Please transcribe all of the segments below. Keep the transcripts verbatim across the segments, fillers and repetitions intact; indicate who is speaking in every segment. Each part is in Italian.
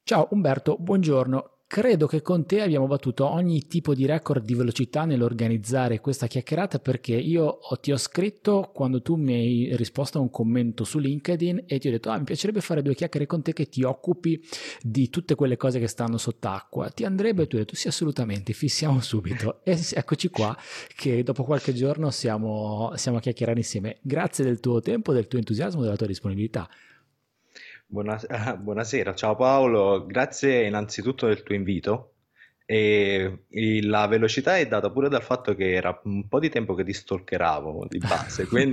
Speaker 1: Ciao Umberto, buongiorno. Credo che con te abbiamo battuto ogni tipo di record di velocità nell'organizzare questa chiacchierata perché io ho- ti ho scritto quando tu mi hai risposto a un commento su LinkedIn e ti ho detto ah, mi piacerebbe fare due chiacchiere con te che ti occupi di tutte quelle cose che stanno sott'acqua. Ti andrebbe? E tu hai detto sì, assolutamente, fissiamo subito. E s- eccoci qua che dopo qualche giorno siamo, siamo a chiacchierare insieme. Grazie del tuo tempo, del tuo entusiasmo, della tua disponibilità.
Speaker 2: Buonas- Buonasera, ciao Paolo, grazie innanzitutto del tuo invito. E il- la velocità è data pure dal fatto che era un po' di tempo che ti stalkeravo di base, quindi,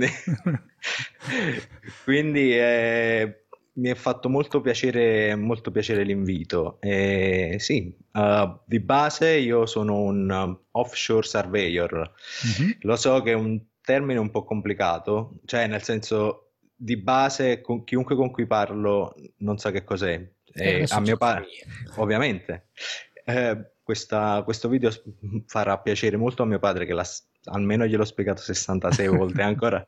Speaker 2: quindi eh, mi è fatto molto piacere, molto piacere l'invito. E sì, eh, di base io sono un um, offshore surveyor.
Speaker 1: Mhm.
Speaker 2: Lo so che è un termine un po' complicato, cioè nel senso di base con chiunque con cui parlo non sa che cos'è.
Speaker 1: E
Speaker 2: E
Speaker 1: adesso
Speaker 2: a
Speaker 1: ci
Speaker 2: mio padre,
Speaker 1: spieghi.
Speaker 2: ovviamente. Eh, questa- questo video s- farà piacere molto a mio padre che l'ha s- almeno gliel'ho spiegato sessantasei volte, ancora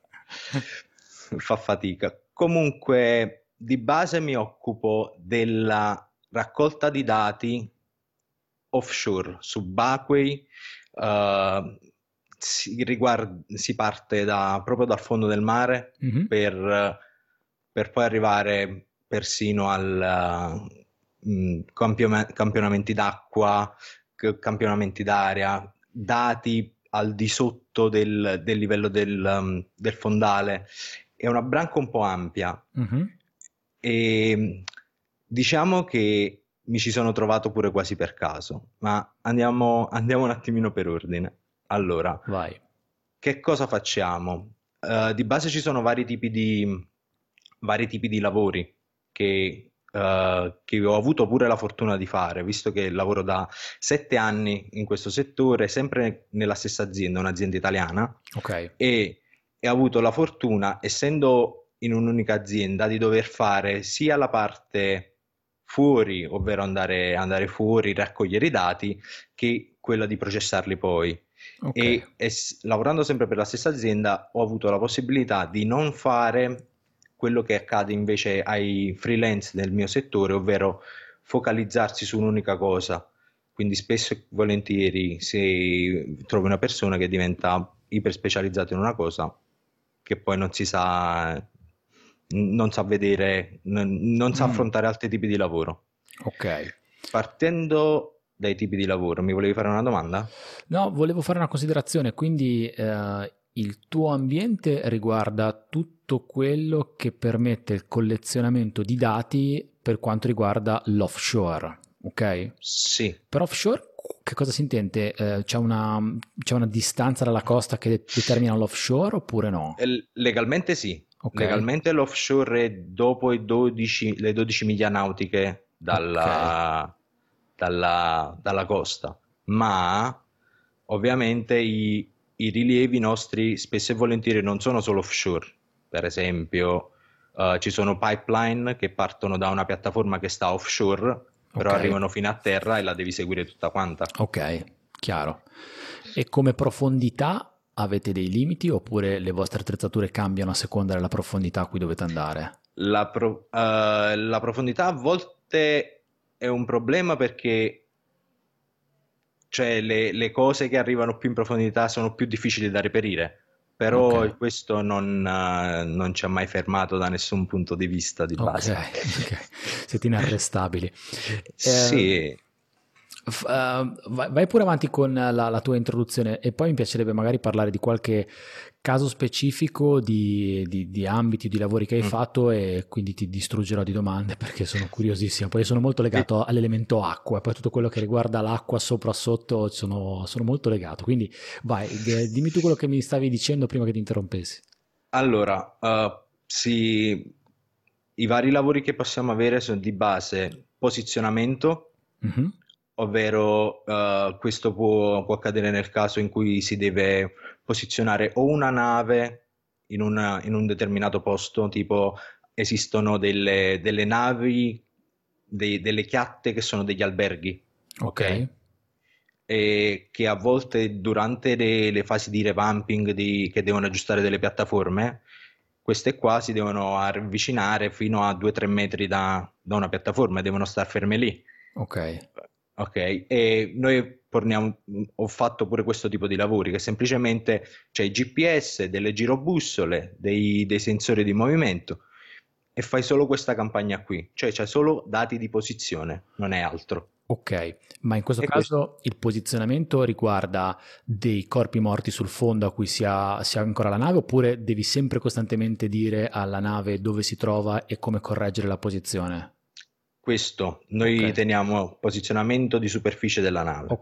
Speaker 2: fa fatica. Comunque, di base mi occupo della raccolta di dati offshore, subacquei. eh, si, riguard- si parte da- proprio dal fondo del mare
Speaker 1: Mhm.
Speaker 2: per, per poi arrivare persino al mm, campiona- campionamenti d'acqua, c- campionamenti d'aria, dati al di sotto del, del livello del, um, del fondale. È una branca un po' ampia
Speaker 1: Mhm.
Speaker 2: e diciamo che mi ci sono trovato pure quasi per caso, ma andiamo, andiamo un attimino per ordine. Allora,
Speaker 1: Vai.
Speaker 2: che cosa facciamo? Eh, di base ci sono vari tipi di, vari tipi di lavori che, eh, che ho avuto pure la fortuna di fare, visto che lavoro da sette anni in questo settore, sempre nella stessa azienda, un'azienda italiana,
Speaker 1: Ok.
Speaker 2: e, e ho avuto la fortuna, essendo in un'unica azienda, di dover fare sia la parte fuori, ovvero andare, andare fuori, raccogliere i dati, che quella di processarli poi.
Speaker 1: Ok.
Speaker 2: E, e s- lavorando sempre per la stessa azienda ho avuto la possibilità di non fare quello che accade invece ai freelance del mio settore, ovvero focalizzarsi su un'unica cosa. Quindi spesso e volentieri se trovi una persona che diventa iper specializzata in una cosa, che poi non si sa, non sa vedere, non, non sa
Speaker 1: Mm,
Speaker 2: affrontare altri tipi di lavoro.
Speaker 1: ok.
Speaker 2: Partendo dai tipi di lavoro, mi volevi fare una domanda?
Speaker 1: No, volevo fare una considerazione, quindi eh, il tuo ambiente riguarda tutto quello che permette il collezionamento di dati per quanto riguarda l'offshore, ok?
Speaker 2: Sì.
Speaker 1: Per offshore che cosa si intende? Eh, c'è una, c'è una distanza dalla costa che de- determina l'offshore oppure no?
Speaker 2: Eh, Legalmente sì,
Speaker 1: Ok,
Speaker 2: legalmente l'offshore è dopo i dodici, le dodici miglia nautiche
Speaker 1: ok,
Speaker 2: dalla, dalla- dalla costa, ma ovviamente i, i rilievi nostri spesso e volentieri non sono solo offshore, per esempio eh, ci sono pipeline che partono da una piattaforma che sta offshore, però
Speaker 1: ok,
Speaker 2: arrivano fino a terra e la devi seguire tutta quanta.
Speaker 1: ok, chiaro. E come profondità avete dei limiti oppure le vostre attrezzature cambiano a seconda della profondità a cui dovete andare?
Speaker 2: La, pro- eh, la profondità a volte è un problema perché cioè, le, le cose che arrivano più in profondità sono più difficili da reperire,
Speaker 1: Ok,
Speaker 2: però questo non, eh, non ci ha mai fermato da nessun punto di vista di
Speaker 1: ok,
Speaker 2: base.
Speaker 1: ok, siete inarrestabili. Eh,
Speaker 2: Sì.
Speaker 1: f- eh, vai, vai pure avanti con la, la tua introduzione e poi mi piacerebbe magari parlare di qualche caso specifico di, di, di ambiti o di lavori che hai
Speaker 2: Mm.
Speaker 1: fatto e quindi ti distruggerò di domande perché sono curiosissimo. Poi sono molto
Speaker 2: E-
Speaker 1: legato all'elemento acqua e poi tutto quello che riguarda l'acqua sopra o sotto sono, sono molto legato. Quindi vai, g- dimmi tu quello che mi stavi dicendo prima che ti interrompessi.
Speaker 2: allora, eh, sì, i vari lavori che possiamo avere sono di base posizionamento,
Speaker 1: Mhm.
Speaker 2: ovvero eh, questo può, può accadere nel caso in cui si deve posizionare o una nave in, una- in un determinato posto, tipo esistono delle, delle navi, dei- delle chiatte che sono degli alberghi,
Speaker 1: Ok,
Speaker 2: ok? E che a volte durante le, le fasi di revamping di- che devono aggiustare delle piattaforme, queste qua si devono avvicinare fino a due tre metri da, da una piattaforma e devono star ferme lì.
Speaker 1: Ok.
Speaker 2: Ok, e noi porniamo, ho fatto pure questo tipo di lavori, che semplicemente c'è il G P S, delle girobussole, dei, dei sensori di movimento e fai solo questa campagna qui, cioè c'è solo dati di posizione, non è altro.
Speaker 1: Ok, ma in questo
Speaker 2: E questo
Speaker 1: caso il posizionamento riguarda dei corpi morti sul fondo a cui si ha, si ha ancora la nave, oppure devi sempre costantemente dire alla nave dove si trova e come correggere la posizione?
Speaker 2: Questo,
Speaker 1: Ok,
Speaker 2: noi teniamo posizionamento di superficie della nave.
Speaker 1: ok,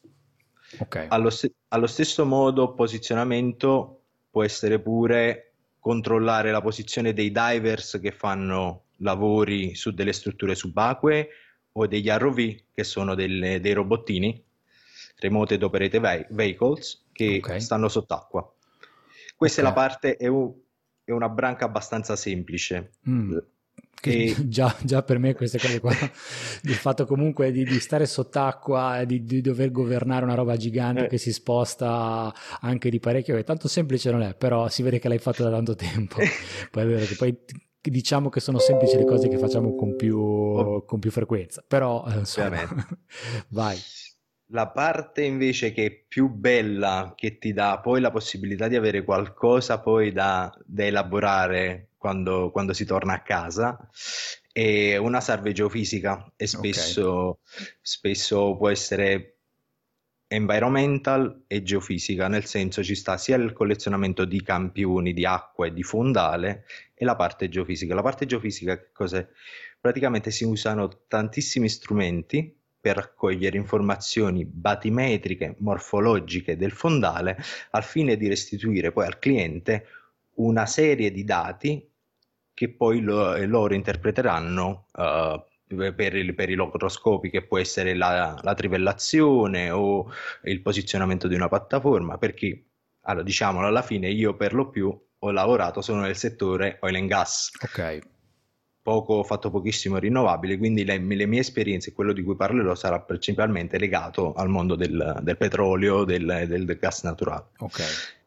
Speaker 1: ok,
Speaker 2: Allo, st- allo stesso modo, posizionamento può essere pure controllare la posizione dei divers che fanno lavori su delle strutture subacquee o degli R O V che sono delle- dei robottini, Remote Operated Ve- Vehicles,
Speaker 1: ok,
Speaker 2: che stanno sott'acqua. Questa
Speaker 1: ok.
Speaker 2: è la parte, è, un- è una branca abbastanza semplice.
Speaker 1: Mm. Che
Speaker 2: E
Speaker 1: già, già per me queste cose qua, il fatto comunque di, di stare sott'acqua e di, di dover governare una roba gigante
Speaker 2: eh,
Speaker 1: che si sposta anche di parecchio, che tanto semplice non è, però si vede che l'hai fatto da tanto tempo. Poi è vero che poi diciamo che sono semplici le cose che facciamo con
Speaker 2: ov-
Speaker 1: più, con più frequenza, però eh, insomma,
Speaker 2: ovviamente.
Speaker 1: vai.
Speaker 2: La parte invece che è più bella, che ti dà poi la possibilità di avere qualcosa poi da, da elaborare quando, quando si torna a casa, è una salve geofisica e
Speaker 1: Ok,
Speaker 2: spesso, spesso può essere environmental e geofisica, nel senso ci sta sia il collezionamento di campioni di acqua e di fondale e la parte geofisica. La parte geofisica che cos'è? Praticamente si usano tantissimi strumenti per raccogliere informazioni batimetriche, morfologiche del fondale al fine di restituire poi al cliente una serie di dati che poi lo- loro interpreteranno eh, per, il- per i logoroscopi, che può essere la, la trivellazione o il posizionamento di una piattaforma, perché, allora, diciamolo, alla fine io per lo più ho lavorato solo nel settore oil and gas.
Speaker 1: ok,
Speaker 2: Poco, ho fatto pochissimo rinnovabile, quindi le, le mie esperienze, quello di cui parlerò sarà principalmente legato al mondo del, del petrolio, del, del- del gas naturale.
Speaker 1: ok.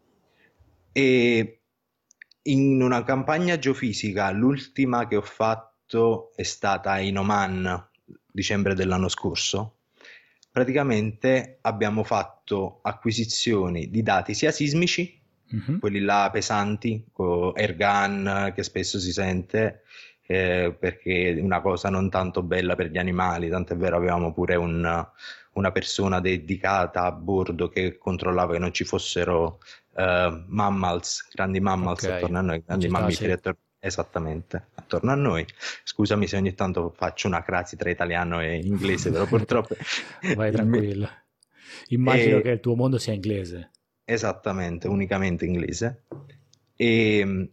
Speaker 2: E in una campagna geofisica, l'ultima che ho fatto è stata in Oman, dicembre dell'anno scorso. Praticamente abbiamo fatto acquisizioni di dati sia sismici,
Speaker 1: Mhm.
Speaker 2: quelli là pesanti, con air gun che spesso si sente, eh, perché è una cosa non tanto bella per gli animali, tant'è vero avevamo pure un- una persona dedicata a bordo che controllava che non ci fossero eh, mammals, grandi
Speaker 1: Ok,
Speaker 2: mammals attorno a noi,
Speaker 1: i
Speaker 2: grandi mammiferi
Speaker 1: cetacei.
Speaker 2: attor- esattamente attorno a noi. Scusami se ogni tanto faccio una crasi tra italiano e inglese, però purtroppo
Speaker 1: Vai
Speaker 2: il mio...
Speaker 1: tranquillo. Immagino
Speaker 2: e-
Speaker 1: che il tuo mondo sia inglese.
Speaker 2: Esattamente, unicamente inglese. E mh,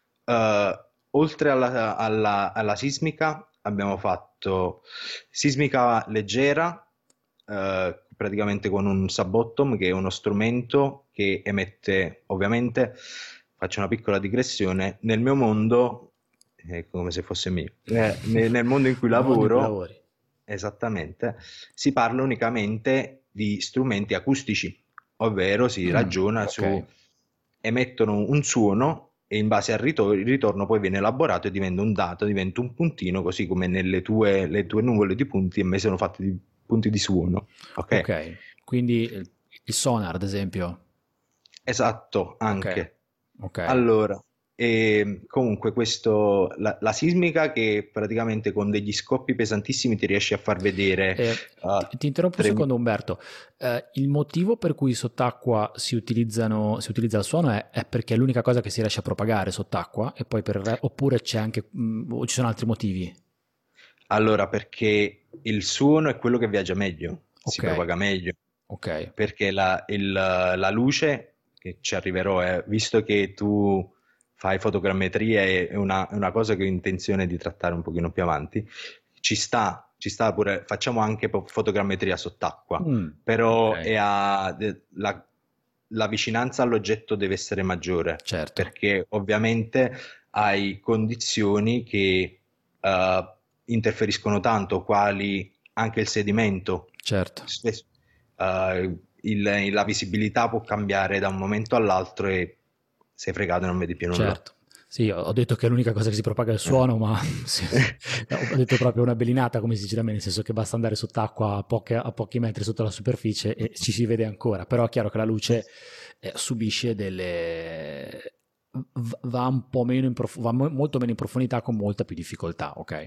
Speaker 2: eh, oltre alla, alla- alla sismica abbiamo fatto sismica leggera, eh, praticamente con un subbottom, che è uno strumento che emette, ovviamente, faccio una piccola digressione, nel mio mondo, è come se fosse mio, eh, nel, nel mondo in cui
Speaker 1: Il mondo in cui
Speaker 2: lavoro,
Speaker 1: lavori.
Speaker 2: esattamente, si parla unicamente di strumenti acustici, ovvero si
Speaker 1: Mm,
Speaker 2: ragiona
Speaker 1: ok,
Speaker 2: su emettono un suono e in base al ritor- il ritorno poi viene elaborato e diventa un dato, diventa un puntino, così come nelle tue, le tue nuvole di punti a me sono fatte di punti di suono. Ok?
Speaker 1: ok. Quindi il il sonar, ad esempio.
Speaker 2: Esatto,
Speaker 1: Ok,
Speaker 2: anche.
Speaker 1: ok.
Speaker 2: Allora, e comunque questo, la, la sismica che praticamente con degli scoppi pesantissimi ti riesce a far vedere
Speaker 1: Eh,
Speaker 2: uh,
Speaker 1: ti, ti interrompo un
Speaker 2: tre...
Speaker 1: secondo, Umberto. Eh, il motivo per cui sott'acqua si utilizzano, si utilizza il suono è, è perché è l'unica cosa che si riesce a propagare sott'acqua e poi per il re- oppure c'è anche, mh, o ci sono altri motivi?
Speaker 2: Allora, perché il suono è quello che viaggia meglio, si
Speaker 1: Ok,
Speaker 2: propaga meglio,
Speaker 1: ok,
Speaker 2: perché la, il- la luce, che ci arriverò, è, visto che tu fai fotogrammetria, è è una, è una cosa che ho intenzione di trattare un pochino più avanti, ci sta, ci sta pure, facciamo anche po- fotogrammetria sott'acqua,
Speaker 1: mm, ok,
Speaker 2: però è a- de- la, la vicinanza all'oggetto deve essere maggiore,
Speaker 1: certo,
Speaker 2: perché ovviamente hai condizioni che eh, interferiscono tanto, quali anche il sedimento.
Speaker 1: certo.
Speaker 2: Spesso, eh, il- la visibilità può cambiare da un momento all'altro e sei fregato e non vedi più nulla.
Speaker 1: Certo. Sì, ho detto che è l'unica cosa che si propaga è il suono, ma sì, ho detto proprio una belinata, come si dice da me, nel senso che basta andare sott'acqua a, poche, a pochi metri sotto la superficie e ci si vede ancora, però è chiaro che la luce eh, subisce delle... va un po' meno in prof... va mo- molto meno in profondità con molta più difficoltà, ok?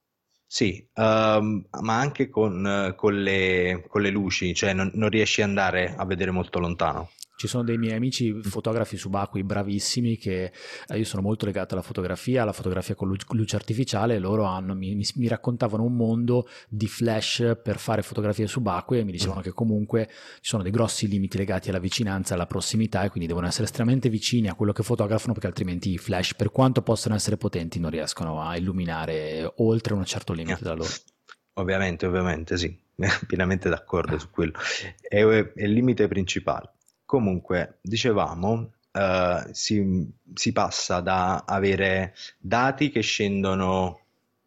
Speaker 2: Sì, ehm, ma anche con, eh, con le, con le luci, cioè non, non riesci ad andare a vedere molto lontano.
Speaker 1: Ci sono dei miei amici fotografi subacquei bravissimi che eh, io sono molto legato alla fotografia, alla fotografia con lu- luce artificiale e loro hanno, mi, mi- mi raccontavano un mondo di flash per fare fotografie subacquee e mi dicevano che comunque ci sono dei grossi limiti legati alla vicinanza, alla prossimità e quindi devono essere estremamente vicini a quello che fotografano perché altrimenti i flash, per quanto possano essere potenti, non riescono a illuminare oltre un certo
Speaker 2: Eh,
Speaker 1: limite da loro.
Speaker 2: Ovviamente, ovviamente, sì, pienamente d'accordo su quello. È, è il limite principale. Comunque, dicevamo, eh, si, si passa da avere dati che scendono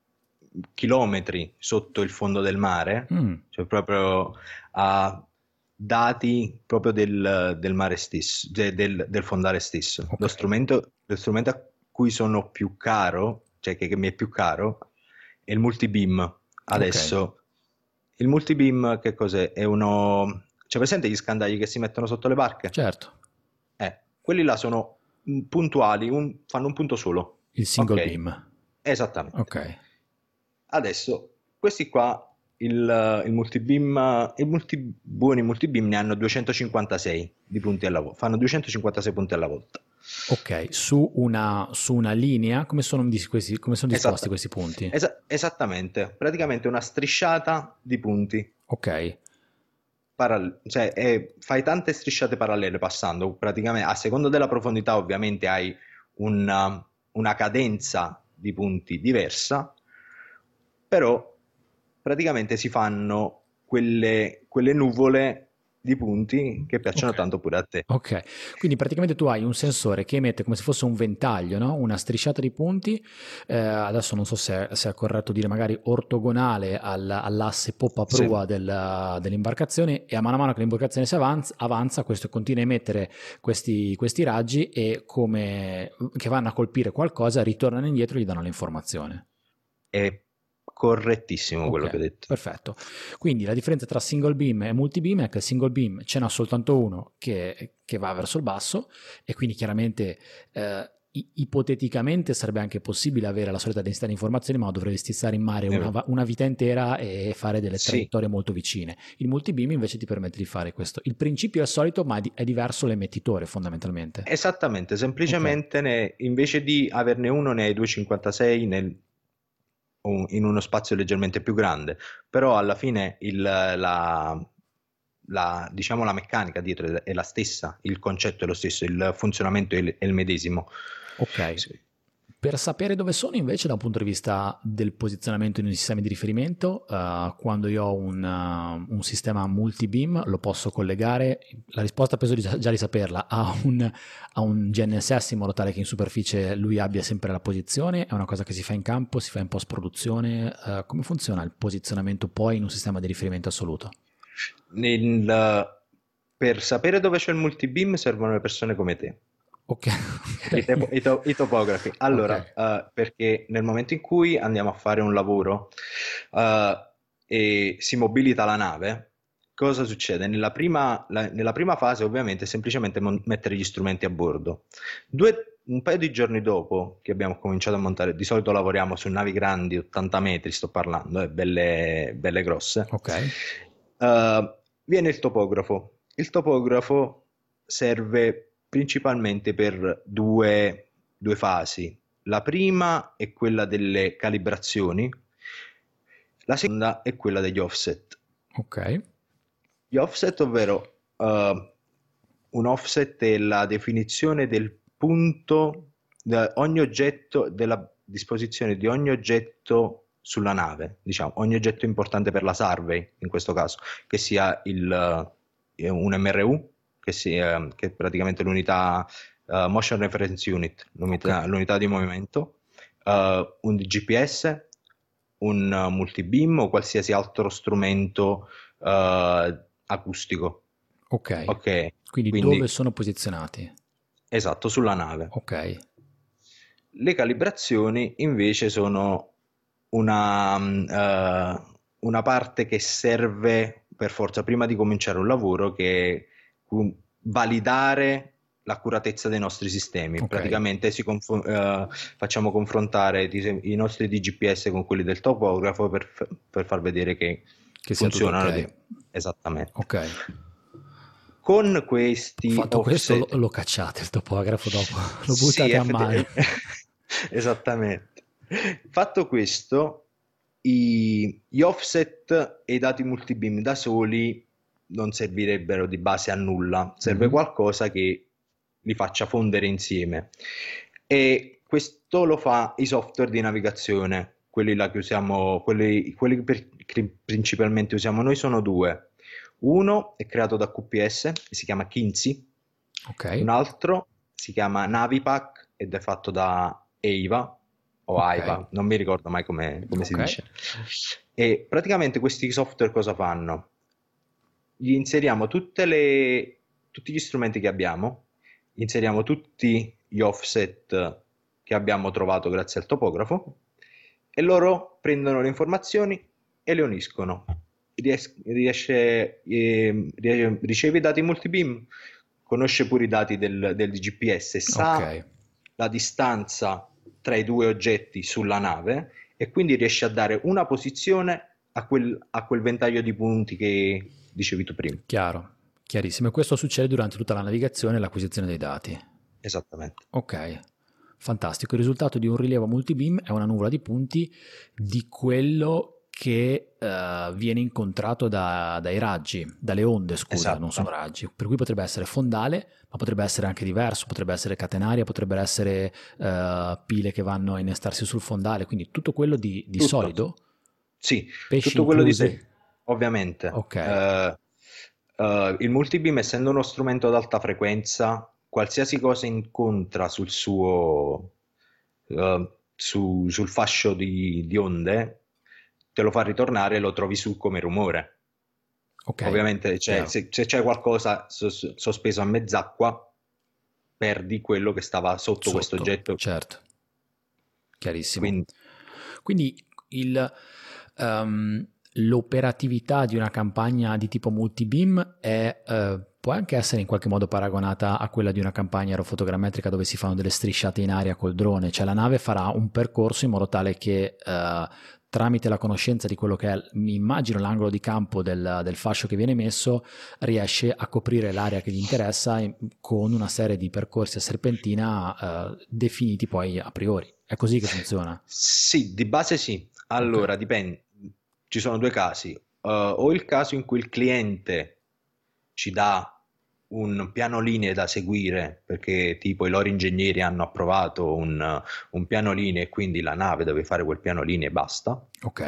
Speaker 2: chilometri sotto il fondo del mare,
Speaker 1: Mm,
Speaker 2: cioè proprio a dati proprio del, del mare stesso, de- del, del fondale stesso.
Speaker 1: ok,
Speaker 2: Lo strumento, lo strumento a cui sono più caro, cioè che, che mi è più caro, è il multibeam.
Speaker 1: ok,
Speaker 2: Adesso, il multibeam che cos'è? È uno... C'è presente gli scandagli che si mettono sotto le barche?
Speaker 1: certo,
Speaker 2: Eh, quelli là sono mm, puntuali, un- fanno un punto solo.
Speaker 1: il single
Speaker 2: Ok,
Speaker 1: beam,
Speaker 2: esattamente.
Speaker 1: ok,
Speaker 2: Adesso, questi qua, il, il multibeam, il multi, buoni multibeam ne hanno duecentocinquantasei di punti alla volta, fanno duecentocinquantasei punti alla volta.
Speaker 1: ok, su una, su una linea, come sono, dis- questi- come sono disposti
Speaker 2: Esatta-
Speaker 1: questi punti?
Speaker 2: esa- esattamente, praticamente una strisciata di punti.
Speaker 1: Ok,
Speaker 2: Paral- cioè, è- fai tante strisciate parallele passando, praticamente a seconda della profondità ovviamente hai una, una cadenza di punti diversa, però praticamente si fanno quelle, quelle nuvole di punti che piacciono
Speaker 1: ok.
Speaker 2: tanto pure a te.
Speaker 1: Ok, quindi praticamente tu hai un sensore che emette come se fosse un ventaglio, no? Una strisciata di punti, eh, adesso non so se, se è corretto dire magari ortogonale al- all'asse
Speaker 2: Sì.
Speaker 1: poppa-prua del- dell'imbarcazione e a mano a mano che l'imbarcazione si avanza, avanza questo continua a emettere questi, questi raggi e come che vanno a colpire qualcosa ritornano indietro e gli danno l'informazione.
Speaker 2: È correttissimo quello che
Speaker 1: Ok,
Speaker 2: hai detto.
Speaker 1: perfetto. Quindi la differenza tra single beam e multibeam è che il single beam ce n'ha soltanto uno che, che va verso il basso e quindi chiaramente eh, i- ipoteticamente sarebbe anche possibile avere la solita densità di informazioni, ma dovresti stare in mare una,
Speaker 2: Eh,
Speaker 1: va- una vita intera e fare delle
Speaker 2: sì,
Speaker 1: traiettorie molto vicine. Il multibeam invece ti permette di fare questo. Il principio è il solito, ma è, di- è diverso l'emettitore fondamentalmente.
Speaker 2: esattamente,
Speaker 1: Ok,
Speaker 2: semplicemente ne- invece di averne uno ne hai duecentocinquantasei nel- un- in uno spazio leggermente più grande, però alla fine il- la, la- diciamo la meccanica dietro è è la stessa, il concetto è lo stesso, il funzionamento è il, è il medesimo.
Speaker 1: ok.
Speaker 2: Sì.
Speaker 1: Per sapere dove sono invece da un punto di vista del posizionamento in un sistema di riferimento, eh, quando io ho un, uh, un sistema multi-beam lo posso collegare, la risposta penso di già, già di saperla, a un, a un G N S S in modo tale che in superficie lui abbia sempre la posizione, è una cosa che si fa in campo, si fa in post-produzione, eh, come funziona il posizionamento poi in un sistema di riferimento assoluto?
Speaker 2: Nel- per sapere dove c'è il multibeam servono le persone come te.
Speaker 1: Ok,
Speaker 2: I, tepo-
Speaker 1: ok,
Speaker 2: i to- i topografi.
Speaker 1: ok,
Speaker 2: Allora, eh, perché nel momento in cui andiamo a fare un lavoro eh, e si mobilita la nave, cosa succede? Nella prima, la- nella prima fase, ovviamente, è semplicemente mon- mettere gli strumenti a bordo. Due- un paio di giorni dopo che abbiamo cominciato a montare, di solito lavoriamo su navi grandi, ottanta metri, sto parlando, eh, belle, belle grosse.
Speaker 1: ok,
Speaker 2: eh, Viene il topografo. Il topografo serve principalmente per due, due fasi. La prima è quella delle calibrazioni, la seconda è quella degli offset.
Speaker 1: ok,
Speaker 2: Gli offset, ovvero eh, un offset è la definizione del punto, da ogni oggetto, della disposizione di ogni oggetto sulla nave, diciamo, ogni oggetto importante per la survey, in questo caso, che sia il, eh, un M R U, che, sia, che è praticamente l'unità eh, Motion Reference Unit,
Speaker 1: ok.
Speaker 2: l'unità, l'unità di movimento, eh, un G P S, un uh, multibeam o qualsiasi altro strumento eh, acustico.
Speaker 1: Ok,
Speaker 2: Ok,
Speaker 1: quindi dove
Speaker 2: quindi
Speaker 1: sono posizionati?
Speaker 2: esatto, sulla nave.
Speaker 1: Ok,
Speaker 2: Le calibrazioni invece sono una, mm, eh, una parte che serve per forza prima di cominciare un lavoro, che è um, validare l'accuratezza dei nostri sistemi.
Speaker 1: Ok,
Speaker 2: Praticamente si confo- eh, facciamo confrontare i, i nostri D G P S con quelli del topografo per, f- per far vedere che
Speaker 1: che sia tutto
Speaker 2: funzionano di-
Speaker 1: ok.
Speaker 2: esattamente.
Speaker 1: Ok.
Speaker 2: Con questi
Speaker 1: Fatto questo lo,
Speaker 2: offset,
Speaker 1: lo cacciate il topografo dopo, lo
Speaker 2: sì,
Speaker 1: buttate a mare.
Speaker 2: effettivamente, esattamente. Fatto questo, i- gli offset e i dati multibeam da soli non servirebbero di base a nulla, serve
Speaker 1: Mhm.
Speaker 2: qualcosa che li faccia fondere insieme. E questo lo fa i software di navigazione, quelli là che usiamo, quelli, quelli per- che principalmente usiamo noi sono due. Uno è creato da Q P S e si chiama Kinsey,
Speaker 1: Ok,
Speaker 2: un altro si chiama Navipack ed è fatto da EIVA o
Speaker 1: ok,
Speaker 2: AIVA, non mi ricordo mai come, come si
Speaker 1: ok,
Speaker 2: dice. E praticamente questi software cosa fanno? Gli inseriamo tutte le, tutti gli strumenti che abbiamo, inseriamo tutti gli offset che abbiamo trovato grazie al topografo e loro prendono le informazioni e le uniscono. Ries- riesce, eh, rie- riceve i dati multibeam, conosce pure i dati del, del G P S,
Speaker 1: ok.
Speaker 2: sa la distanza tra i due oggetti sulla nave e quindi riesce a dare una posizione a quel, a quel ventaglio di punti che dicevi tu prima.
Speaker 1: Chiaro, chiarissimo. E questo succede durante tutta la navigazione e l'acquisizione dei dati.
Speaker 2: Esattamente.
Speaker 1: Ok, fantastico. Il risultato di un rilievo multibeam è una nuvola di punti di quello che eh, viene incontrato da- dai raggi, dalle onde, scusa, non sono
Speaker 2: Esatto.
Speaker 1: raggi. Per cui potrebbe essere fondale, ma potrebbe essere anche diverso, potrebbe essere catenaria, potrebbe essere eh, pile che vanno a innestarsi sul fondale, quindi tutto quello di, di
Speaker 2: Tutto.
Speaker 1: solido,
Speaker 2: Sì,
Speaker 1: pesci
Speaker 2: tutto quello di
Speaker 1: inclusi.
Speaker 2: sé, ovviamente.
Speaker 1: Ok,
Speaker 2: Eh, eh, il multibeam, essendo uno strumento ad alta frequenza, qualsiasi cosa incontra sul suo, eh, su- sul fascio di, di onde, te lo fa ritornare e lo trovi su come rumore.
Speaker 1: ok,
Speaker 2: Ovviamente c'è-
Speaker 1: chiaro.
Speaker 2: se, se c'è qualcosa sos- sospeso a mezz'acqua, perdi quello che stava sotto questo
Speaker 1: Sotto,
Speaker 2: oggetto.
Speaker 1: certo. Chiarissimo.
Speaker 2: Quindi,
Speaker 1: Quindi il, ehm, l'operatività di una campagna di tipo multibeam è, eh, può anche essere in qualche modo paragonata a quella di una campagna aerofotogrammetrica dove si fanno delle strisciate in aria col drone, cioè la nave farà un percorso in modo tale che eh, tramite la conoscenza di quello che è, mi immagino, l'angolo di campo del, del fascio che viene messo, riesce a coprire l'area che gli interessa in- con una serie di percorsi a serpentina eh, definiti poi a priori. È così che funziona.
Speaker 2: sì, di base sì.
Speaker 1: Ok,
Speaker 2: Allora, dipende. Ci sono due casi. Eh, o il caso in cui il cliente ci dà un piano linee da seguire, perché tipo i loro ingegneri hanno approvato un, un piano linee e quindi la nave deve fare quel piano linee e basta.
Speaker 1: ok,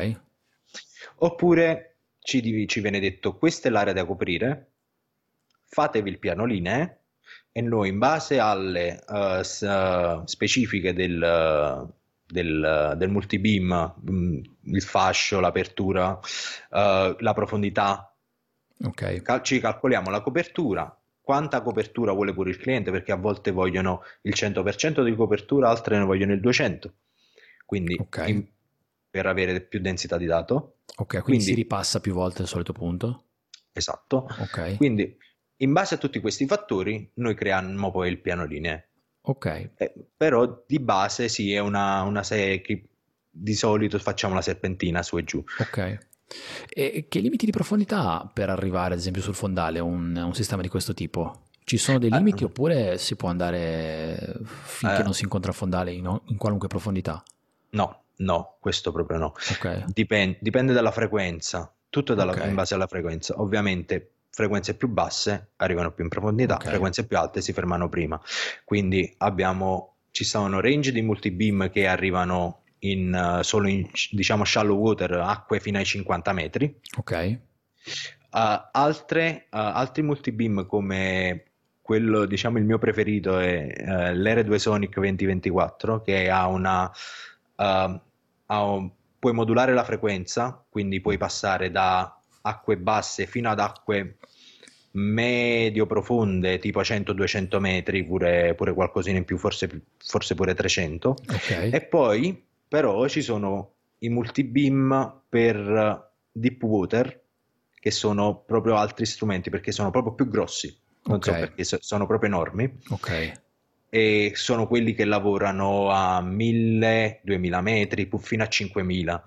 Speaker 2: Oppure ci, div- ci viene detto questa è l'area da coprire, fatevi il piano linee e noi in base alle eh, s- eh, specifiche del, del, del multibeam, mh, il fascio, l'apertura, eh, la profondità,
Speaker 1: ok,
Speaker 2: cal- ci calcoliamo la copertura. Quanta copertura vuole pure il cliente? Perché a volte vogliono il cento per cento di copertura, altre ne vogliono il duecento per cento. Quindi
Speaker 1: ok,
Speaker 2: in- per avere più densità di dato.
Speaker 1: ok, quindi si
Speaker 2: Quindi
Speaker 1: ripassa più volte al solito punto?
Speaker 2: esatto.
Speaker 1: Ok,
Speaker 2: Quindi, in base a tutti questi fattori, noi creiamo poi il piano linee.
Speaker 1: ok,
Speaker 2: Eh, però di base sì, è una, una serie che di solito facciamo la serpentina su e giù.
Speaker 1: ok. E che limiti di profondità ha per arrivare, ad esempio, sul fondale un, un sistema di questo tipo? Ci sono dei
Speaker 2: Ah,
Speaker 1: limiti oppure si può andare finché
Speaker 2: eh,
Speaker 1: non si incontra fondale in, in qualunque profondità?
Speaker 2: no, no, questo proprio no.
Speaker 1: Ok,
Speaker 2: Dipen- dipende dalla frequenza, tutto dalla-
Speaker 1: ok,
Speaker 2: in base alla frequenza. Ovviamente frequenze più basse arrivano più in profondità,
Speaker 1: ok,
Speaker 2: frequenze più alte si fermano prima. Quindi abbiamo, ci sono range di multibeam che arrivano in, eh, solo in diciamo shallow water, acque fino ai cinquanta metri.
Speaker 1: ok,
Speaker 2: Uh, altre, uh, altri multibeam come quello, diciamo, il mio preferito è uh, l'R due Sonic venti ventiquattro che ha una uh, ha un- puoi modulare la frequenza, quindi puoi passare da acque basse fino ad acque medio profonde, tipo cento duecento metri, pure, pure qualcosina in più, forse, forse pure trecento.
Speaker 1: Ok,
Speaker 2: E poi però ci sono i multibeam per deep water, che sono proprio altri strumenti perché sono proprio più grossi, non
Speaker 1: ok,
Speaker 2: so perché so- sono proprio enormi,
Speaker 1: ok,
Speaker 2: e sono quelli che lavorano a mille duemila metri, pu- fino a cinquemila.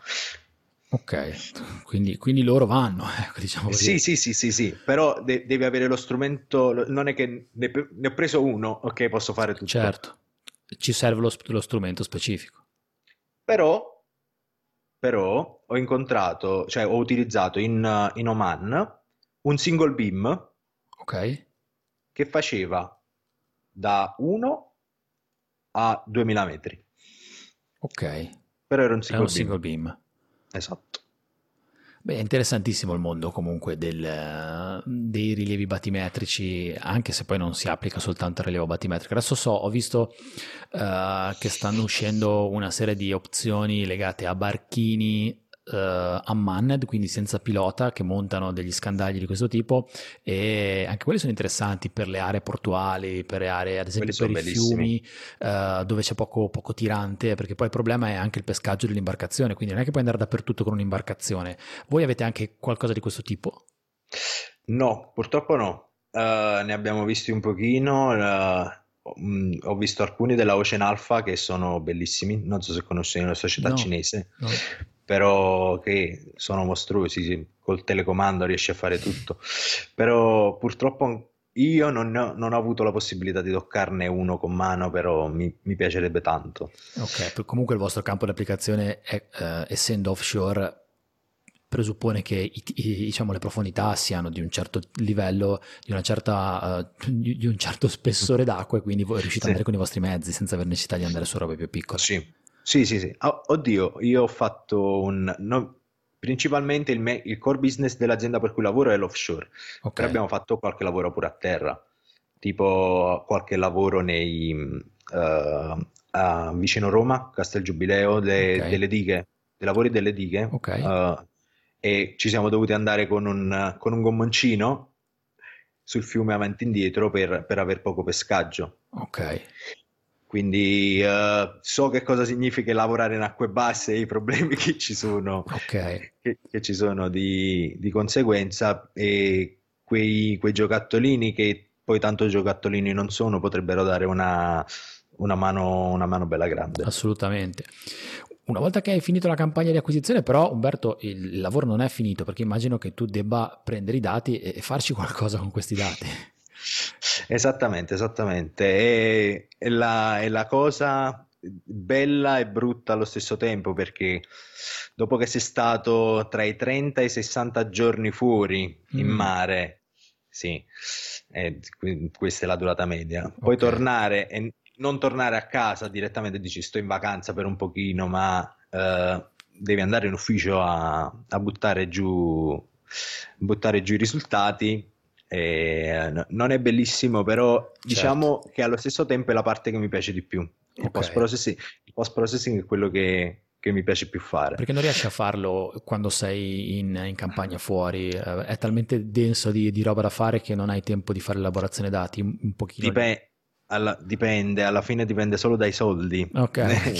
Speaker 1: ok. Quindi, quindi loro vanno, ecco, diciamo
Speaker 2: Sì,
Speaker 1: così.
Speaker 2: sì, sì, sì, sì, però de- devi avere lo strumento, lo- non è che ne, ne ho preso uno, ok, posso fare tutto.
Speaker 1: Certo, ci serve lo, lo strumento specifico.
Speaker 2: Però, però ho incontrato, cioè ho utilizzato in, in Oman un single beam
Speaker 1: Ok,
Speaker 2: che faceva da uno a duemila metri,
Speaker 1: ok.
Speaker 2: però era un
Speaker 1: È un
Speaker 2: single beam,
Speaker 1: single beam.
Speaker 2: esatto.
Speaker 1: Beh, è interessantissimo il mondo comunque del, dei rilievi batimetrici, anche se poi non si applica soltanto al rilievo batimetrico. Adesso so, ho visto eh, che stanno uscendo una serie di opzioni legate a barchini eh, unmanned, quindi senza pilota, che montano degli scandagli di questo tipo, e anche quelli sono interessanti per le aree portuali, per le aree, ad
Speaker 2: Quelli
Speaker 1: esempio per
Speaker 2: sono
Speaker 1: i
Speaker 2: bellissimi.
Speaker 1: fiumi, eh, dove c'è poco, poco tirante, perché poi il problema è anche il pescaggio dell'imbarcazione, quindi non è che puoi andare dappertutto con un'imbarcazione. Voi avete anche qualcosa di questo tipo?
Speaker 2: No, purtroppo no. Eh, ne abbiamo visti un pochino. Eh, mm, ho visto alcuni della Ocean Alpha che sono bellissimi. Non so se conosci una società
Speaker 1: No,
Speaker 2: cinese,
Speaker 1: no.
Speaker 2: però che sono mostruosi. Sì. Col telecomando riesci a fare tutto. Però purtroppo io non, ne ho, non ho avuto la possibilità di toccarne uno con mano, però mi, mi piacerebbe tanto.
Speaker 1: Ok, per- comunque il vostro campo di applicazione, è, eh, essendo offshore, presuppone che i- i- diciamo, le profondità siano di un certo livello, di, una certa, eh, di, di un certo spessore d'acqua, e quindi voi riuscite ad
Speaker 2: Sì.
Speaker 1: andare con i vostri mezzi senza aver necessità di andare su robe più piccole.
Speaker 2: Sì, sì, sì, sì. Oh, oddio, io ho fatto un... no, principalmente il, me- il core business dell'azienda per cui lavoro è l'offshore,
Speaker 1: Ok,
Speaker 2: però abbiamo fatto qualche lavoro pure a terra, tipo qualche lavoro nei, eh, a- vicino Roma, Castel Giubileo,
Speaker 1: ok,
Speaker 2: de- delle dighe, dei lavori delle dighe,
Speaker 1: ok,
Speaker 2: eh, e ci siamo dovuti andare con un, con un gommoncino sul fiume avanti e indietro per, per aver poco pescaggio.
Speaker 1: ok,
Speaker 2: Quindi eh, so che cosa significa lavorare in acque basse e i problemi che ci sono,
Speaker 1: ok.
Speaker 2: che, che ci sono di, di conseguenza, e quei, quei giocattolini che poi tanto giocattolini non sono, potrebbero dare una, una mano, una mano bella grande.
Speaker 1: Assolutamente. Una volta che hai finito la campagna di acquisizione, però, Umberto, il lavoro non è finito, perché immagino che tu debba prendere i dati e farci qualcosa con questi dati.
Speaker 2: Esattamente, esattamente. È, è la, è la cosa bella e brutta allo stesso tempo, perché dopo che sei stato tra i trenta e i sessanta giorni fuori in
Speaker 1: Mm,
Speaker 2: mare, sì, eh, qui- questa è la durata media. Poi
Speaker 1: ok,
Speaker 2: tornare e non tornare a casa direttamente, dici sto in vacanza per un pochino, ma eh, devi andare in ufficio a, a buttare giù, buttare giù i risultati. E, no- non è bellissimo, però
Speaker 1: certo.
Speaker 2: diciamo che allo stesso tempo è la parte che mi piace di più. Il
Speaker 1: Ok.
Speaker 2: post processing, il post processing è quello che, che mi piace più fare.
Speaker 1: Perché non riesci a farlo quando sei in, in campagna fuori, eh, è talmente denso di, di roba da fare che non hai tempo di fare elaborazione dati, un, un pochino lì.
Speaker 2: Dipe- alla, dipende, alla fine dipende solo dai soldi.
Speaker 1: Ok.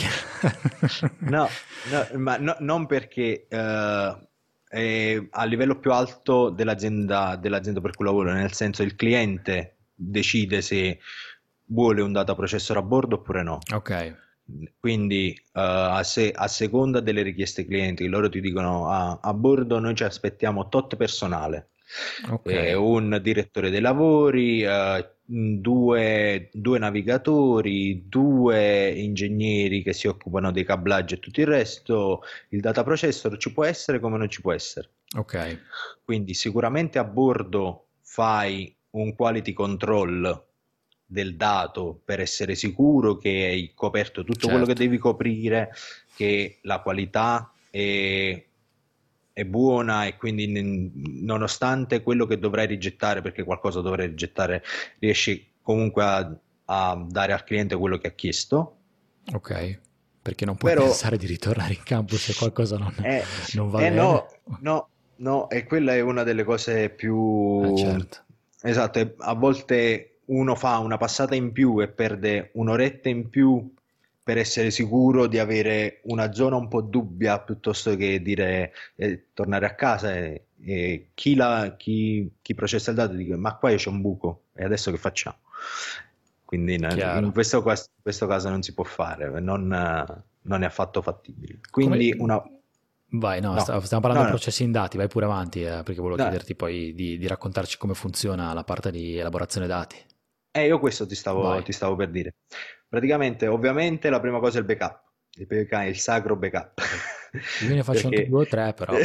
Speaker 2: No, no, ma no- non perché eh, è a livello più alto dell'azienda, dell'azienda per cui lavoro, nel senso il cliente decide se vuole un data processor a bordo oppure no.
Speaker 1: Ok,
Speaker 2: Quindi eh, a, se- a seconda delle richieste clienti, loro ti dicono "Ah, a bordo noi ci aspettiamo tot personale,
Speaker 1: ok,
Speaker 2: eh, un direttore dei lavori, eh, due, due navigatori, due ingegneri che si occupano dei cablaggi e tutto il resto, il data processor ci può essere come non ci può essere.
Speaker 1: ok,
Speaker 2: Quindi sicuramente a bordo fai un quality control del dato per essere sicuro che hai coperto tutto quello che
Speaker 1: certo.
Speaker 2: devi coprire, che la qualità è, è buona, e quindi n- nonostante quello che dovrai rigettare, perché qualcosa dovrai rigettare, riesci comunque a, a dare al cliente quello che ha chiesto.
Speaker 1: Ok, perché non puoi
Speaker 2: Però
Speaker 1: pensare di ritornare in campo se qualcosa non,
Speaker 2: eh,
Speaker 1: non va
Speaker 2: eh no,
Speaker 1: bene?
Speaker 2: no, no, e quella è una delle cose
Speaker 1: Eh
Speaker 2: più,
Speaker 1: certo,
Speaker 2: esatto, e a volte uno fa una passata in più e perde un'oretta in più per essere sicuro di avere una zona un po' dubbia piuttosto che dire eh, tornare a casa e, e chi, la- chi- chi processa il dato dice ma qua c'è un buco e adesso che facciamo? Quindi in, in
Speaker 1: Chiaro.
Speaker 2: questo, cas- in questo caso non si può fare, non, eh, non è affatto fattibile.
Speaker 1: Come...
Speaker 2: Quindi una...
Speaker 1: Vai, no,
Speaker 2: No,
Speaker 1: sta- stiamo parlando
Speaker 2: no,
Speaker 1: di
Speaker 2: no,
Speaker 1: processi in dati, vai pure avanti, eh, perché volevo
Speaker 2: no.
Speaker 1: chiederti poi di, di raccontarci come funziona la parte di elaborazione dati.
Speaker 2: Eh, io questo ti stavo,
Speaker 1: Vai.
Speaker 2: ti stavo per dire. Praticamente, ovviamente, la prima cosa è il backup. Il backup è il sacro backup.
Speaker 1: Io ne faccio anche
Speaker 2: Perché
Speaker 1: due o tre, però.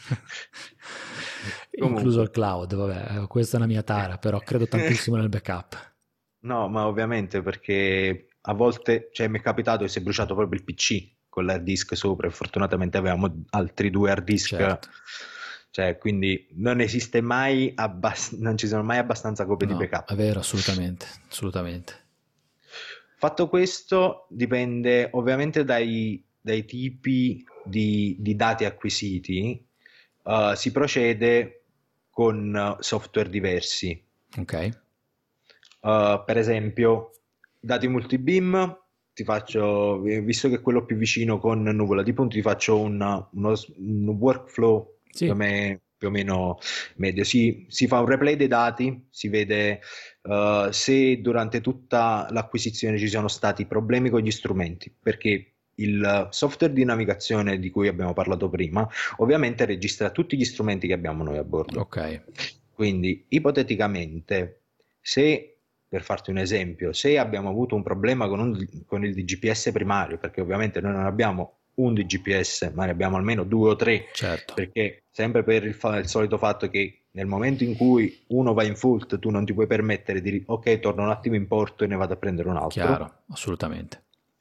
Speaker 1: Incluso il
Speaker 2: comunque,
Speaker 1: cloud, vabbè, eh, questa è una mia tara, però credo tantissimo nel backup.
Speaker 2: no, ma ovviamente perché a volte, cioè, mi è capitato che si è bruciato proprio il P C con l'hard disk sopra e fortunatamente avevamo altri due hard disk,
Speaker 1: Certo.
Speaker 2: cioè, quindi non esiste mai, abbast- non ci sono mai abbastanza copie di
Speaker 1: No,
Speaker 2: backup.
Speaker 1: è vero, assolutamente, assolutamente.
Speaker 2: Fatto questo, dipende ovviamente dai, dai tipi di, di dati acquisiti, eh, si procede con eh, software diversi.
Speaker 1: Ok,
Speaker 2: Uh, per esempio, dati multibeam, ti faccio, visto che è quello più vicino con nuvola di punti, ti faccio un, uno- un workflow più o,
Speaker 1: sì,
Speaker 2: me- più o meno medio. Si, si fa un replay dei dati, si vede uh, se durante tutta l'acquisizione ci sono stati problemi con gli strumenti, perché il software di navigazione di cui abbiamo parlato prima, ovviamente registra tutti gli strumenti che abbiamo noi a bordo.
Speaker 1: ok,
Speaker 2: Quindi, ipoteticamente, se, per farti un esempio, se abbiamo avuto un problema con, un- con il D G P S primario, perché ovviamente noi non abbiamo un D G P S, ma ne abbiamo almeno due o tre,
Speaker 1: certo,
Speaker 2: perché sempre per il, fa- il solito fatto che nel momento in cui uno va in fault, tu non ti puoi permettere di dire ok, torno un attimo in porto e ne vado a prendere un altro.
Speaker 1: chiaro, assolutamente.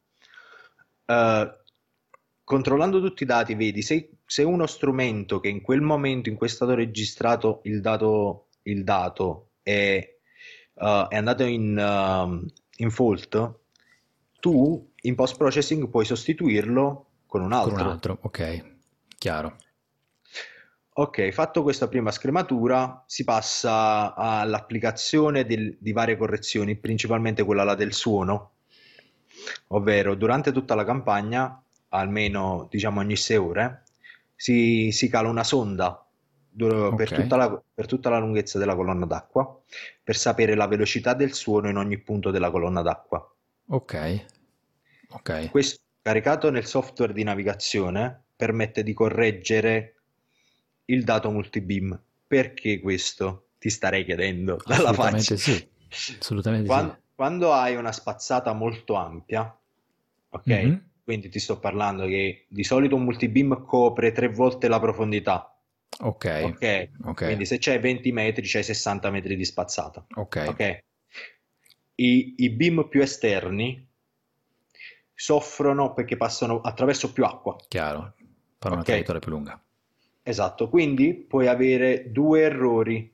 Speaker 2: Eh, controllando tutti i dati, vedi se, se uno strumento che in quel momento in cui è stato registrato il dato, il dato è, eh, è andato in, ehm, in fault, tu in post processing puoi sostituirlo con un
Speaker 1: Con un
Speaker 2: altro.
Speaker 1: altro, ok, chiaro.
Speaker 2: Ok, fatto questa prima scrematura, si passa all'applicazione del- di varie correzioni, principalmente quella là del suono, ovvero durante tutta la campagna, almeno diciamo ogni sei ore, si, si cala una sonda du- per
Speaker 1: Ok,
Speaker 2: tutta la, per tutta la lunghezza della colonna d'acqua per sapere la velocità del suono in ogni punto della colonna d'acqua.
Speaker 1: ok, ok.
Speaker 2: Questo, caricato nel software di navigazione, permette di correggere il dato multibeam. Perché questo? Ti starei chiedendo dalla faccia.
Speaker 1: Assolutamente sì, assolutamente sì.
Speaker 2: Quan- Quando, hai una spazzata molto ampia, ok?
Speaker 1: Mhm.
Speaker 2: Quindi ti sto parlando che di solito un multibeam copre tre volte la profondità,
Speaker 1: Ok,
Speaker 2: ok?
Speaker 1: ok,
Speaker 2: Quindi se c'hai venti metri, c'hai sessanta metri di spazzata,
Speaker 1: ok,
Speaker 2: ok? I, i beam più esterni soffrono perché passano attraverso più acqua,
Speaker 1: chiaro. Fare una
Speaker 2: ok?
Speaker 1: traiettoria più lunga.
Speaker 2: Esatto, quindi puoi avere due errori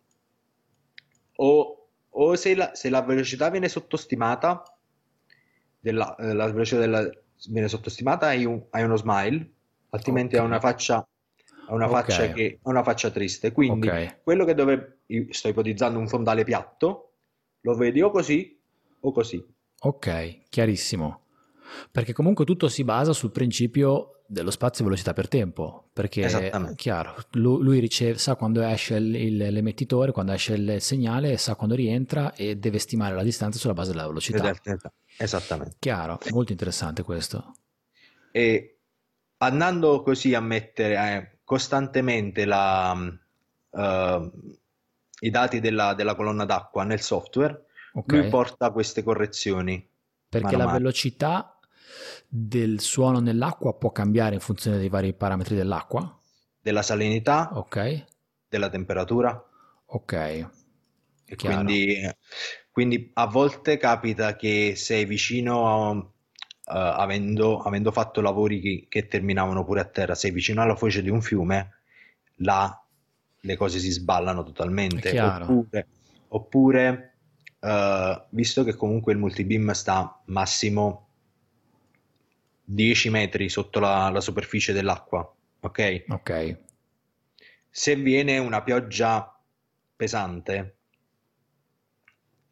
Speaker 2: o, o se, la, se la velocità viene sottostimata, della, eh, la velocità della, viene sottostimata hai, un- hai uno smile, altrimenti
Speaker 1: Ok,
Speaker 2: hai una faccia, hai una
Speaker 1: ok,
Speaker 2: faccia che, hai una faccia triste.
Speaker 1: ok,
Speaker 2: Quindi quello che dovrebbe, io sto ipotizzando un fondale piatto, lo vedi o così o così.
Speaker 1: ok, chiarissimo. Perché comunque tutto si basa sul principio dello spazio e velocità per tempo, perché
Speaker 2: Esattamente.
Speaker 1: chiaro, lu- lui riceve, sa quando esce il- il- l'emettitore, quando esce il segnale, sa quando rientra e deve stimare la distanza sulla base della
Speaker 2: Ed
Speaker 1: velocità.
Speaker 2: è- Esattamente.
Speaker 1: Chiaro, molto interessante questo.
Speaker 2: E andando così a mettere eh, costantemente la, eh, i dati della, della colonna d'acqua nel software,
Speaker 1: Ok,
Speaker 2: lui porta queste correzioni
Speaker 1: perché
Speaker 2: mano a
Speaker 1: la
Speaker 2: mano.
Speaker 1: velocità del suono nell'acqua può cambiare in funzione dei vari parametri dell'acqua.
Speaker 2: Della salinità,
Speaker 1: Ok,
Speaker 2: della temperatura
Speaker 1: ok,
Speaker 2: e
Speaker 1: chiaro.
Speaker 2: quindi, quindi a volte capita che sei vicino a, eh, avendo, avendo fatto lavori che, che terminavano pure a terra, sei vicino alla foce di un fiume, là le cose si sballano
Speaker 1: È
Speaker 2: totalmente.
Speaker 1: chiaro.
Speaker 2: Oppure, oppure eh, visto che comunque il multibeam sta massimo dieci metri sotto la, la superficie dell'acqua, ok?
Speaker 1: Ok,
Speaker 2: Se viene una pioggia pesante,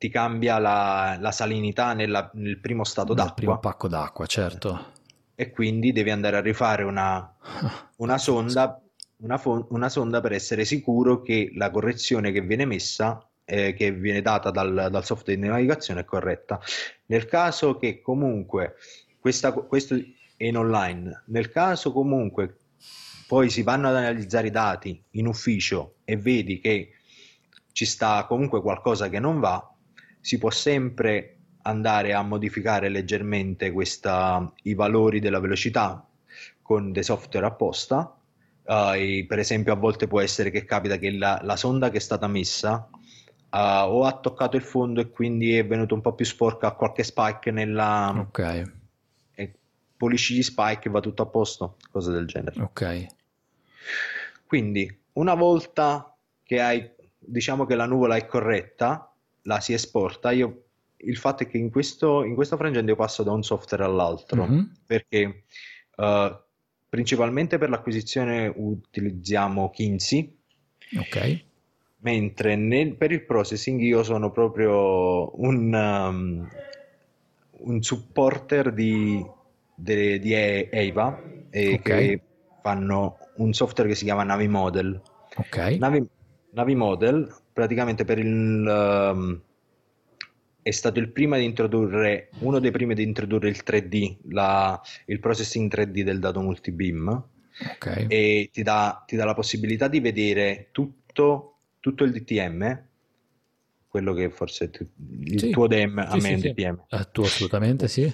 Speaker 2: ti cambia la, la salinità nella- nel primo stato
Speaker 1: Nel primo
Speaker 2: d'acqua
Speaker 1: pacco d'acqua, certo.
Speaker 2: e quindi devi andare a rifare una,
Speaker 1: Ah,
Speaker 2: una
Speaker 1: pazzesco.
Speaker 2: sonda, una, fo- una sonda per essere sicuro che la correzione che viene messa, eh, che viene data dal, dal software di navigazione è corretta. Nel caso che comunque questa, questo è in online, nel caso comunque poi si vanno ad analizzare i dati in ufficio e vedi che ci sta comunque qualcosa che non va, si può sempre andare a modificare leggermente questa, i valori della velocità con dei software apposta. Uh, e per esempio, a volte può essere che capita che la, la sonda che è stata messa uh, o ha toccato il fondo e quindi è venuto un po' più sporca, ha qualche spike nella.
Speaker 1: Ok,
Speaker 2: E pulisci gli spike e va tutto a posto, cose del genere.
Speaker 1: ok.
Speaker 2: Quindi, una volta che hai, diciamo che la nuvola è corretta, la si esporta. Io, il fatto è che in questo, in questo frangente io passo da un software all'altro,
Speaker 1: Mhm.
Speaker 2: perché eh, principalmente per l'acquisizione utilizziamo Kinsey,
Speaker 1: Ok,
Speaker 2: mentre nel- per il processing io sono proprio un, um, un supporter di, de- di E- EIVA, eh,
Speaker 1: ok,
Speaker 2: che fanno un software che si chiama Navi Model.
Speaker 1: ok,
Speaker 2: Navi, Navi Model praticamente per il, um, è stato il primo ad introdurre, uno dei primi ad introdurre il tre D, la- il processing tre D del dato multibeam,
Speaker 1: ok.
Speaker 2: e ti dà, ti dà la possibilità di vedere tutto, tutto il D T M, quello che forse tu- il
Speaker 1: Sì,
Speaker 2: tuo D M, a
Speaker 1: sì,
Speaker 2: me è
Speaker 1: sì,
Speaker 2: un
Speaker 1: sì.
Speaker 2: D T M.
Speaker 1: Eh, tu assolutamente sì.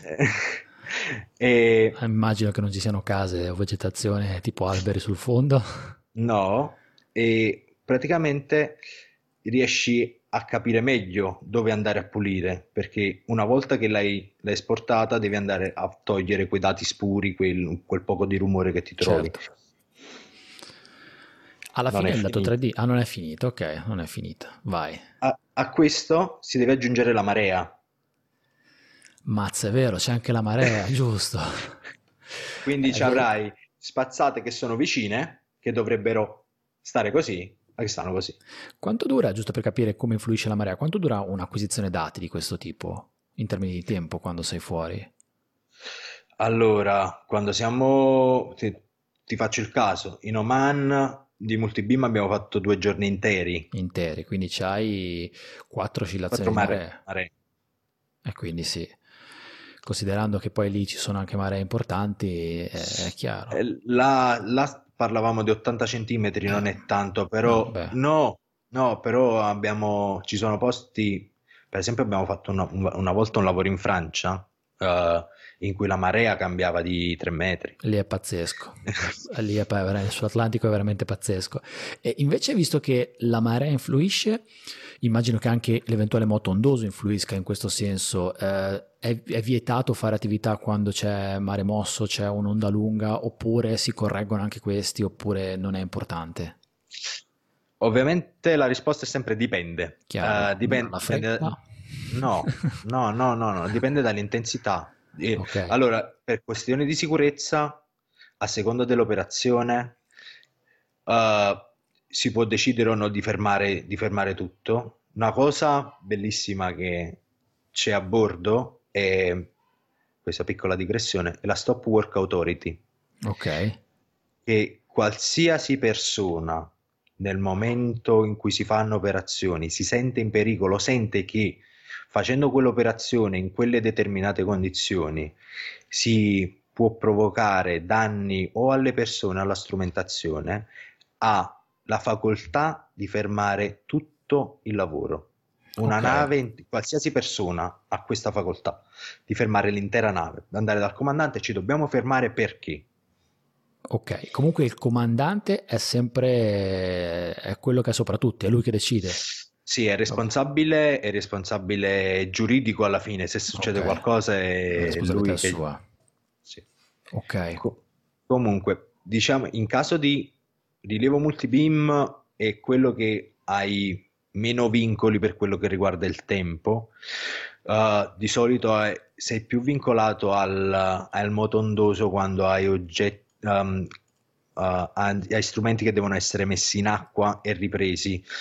Speaker 2: E
Speaker 1: Ah, immagino che non ci siano case o vegetazione tipo alberi sul fondo.
Speaker 2: no, e praticamente riesci a capire meglio dove andare a pulire, perché una volta che l'hai, l'hai esportata devi andare a togliere quei dati spuri, quel, quel poco di rumore che ti trovi.
Speaker 1: Certo. Alla
Speaker 2: Non
Speaker 1: fine
Speaker 2: è
Speaker 1: il dato
Speaker 2: finito.
Speaker 1: tre D, ah, non è finito, ok, non è finita. Vai.
Speaker 2: A, a questo si deve aggiungere la marea.
Speaker 1: Mazza, è vero, c'è anche la marea, giusto.
Speaker 2: Quindi
Speaker 1: È
Speaker 2: ci
Speaker 1: vero.
Speaker 2: avrai spazzate che sono vicine, che dovrebbero stare così, e che stanno così.
Speaker 1: Quanto dura, giusto per capire come influisce la marea, quanto dura un'acquisizione dati di questo tipo in termini di tempo quando sei fuori?
Speaker 2: Allora, quando siamo, ti, ti faccio il caso, in Oman di Multibeam abbiamo fatto due giorni interi,
Speaker 1: Interi, quindi c'hai quattro oscillazioni
Speaker 2: quattro
Speaker 1: di
Speaker 2: mare,
Speaker 1: marea.
Speaker 2: mare.
Speaker 1: E quindi sì, considerando che poi lì ci sono anche maree importanti, è, è chiaro.
Speaker 2: Eh, Là, là parlavamo di ottanta centimetri, non
Speaker 1: Eh,
Speaker 2: è tanto,
Speaker 1: no,
Speaker 2: però
Speaker 1: beh,
Speaker 2: no, no, però abbiamo, ci sono posti, per esempio abbiamo fatto una, una volta un lavoro in Francia, eh, in cui la marea cambiava di tre metri.
Speaker 1: lì è pazzesco. Lì è, pa- sull'Atlantico è veramente pazzesco. E invece, visto che la marea influisce, immagino che anche l'eventuale moto ondoso influisca in questo senso. Eh, è, è vietato fare attività quando c'è mare mosso, c'è un'onda lunga, oppure si correggono anche questi, oppure non è importante?
Speaker 2: Ovviamente la risposta è sempre dipende.
Speaker 1: Chiaro,
Speaker 2: Eh,
Speaker 1: non
Speaker 2: dipen-
Speaker 1: alla
Speaker 2: dipende,
Speaker 1: fretta.
Speaker 2: no, no, no, no, no, dipende dall'intensità. Eh,
Speaker 1: Ok,
Speaker 2: allora, per questioni di sicurezza, a seconda dell'operazione, eh, si può decidere o no di fermare, di fermare tutto. Una cosa bellissima che c'è a bordo è, questa piccola digressione, è la Stop Work Authority,
Speaker 1: ok,
Speaker 2: che qualsiasi persona nel momento in cui si fanno operazioni si sente in pericolo, sente che facendo quell'operazione in quelle determinate condizioni si può provocare danni o alle persone o alla strumentazione, ha la facoltà di fermare tutto il lavoro. Una
Speaker 1: ok.
Speaker 2: nave, qualsiasi persona ha questa facoltà di fermare l'intera nave, andare dal comandante, ci dobbiamo fermare perché?
Speaker 1: Ok, comunque il comandante è sempre è quello che è sopra tutti, è lui che decide.
Speaker 2: Sì, è
Speaker 1: Ok,
Speaker 2: responsabile, è responsabile giuridico alla fine, se
Speaker 1: ok,
Speaker 2: succede qualcosa
Speaker 1: la
Speaker 2: è
Speaker 1: responsabilità è
Speaker 2: lui che.
Speaker 1: sua.
Speaker 2: Sì.
Speaker 1: Ok,
Speaker 2: Co- Comunque, diciamo, in caso di rilievo multibeam è quello che hai meno vincoli per quello che riguarda il tempo. Uh, di solito è- sei più vincolato al, al moto ondoso quando hai oggetti, um, uh, hai strumenti che devono essere messi in acqua e ripresi.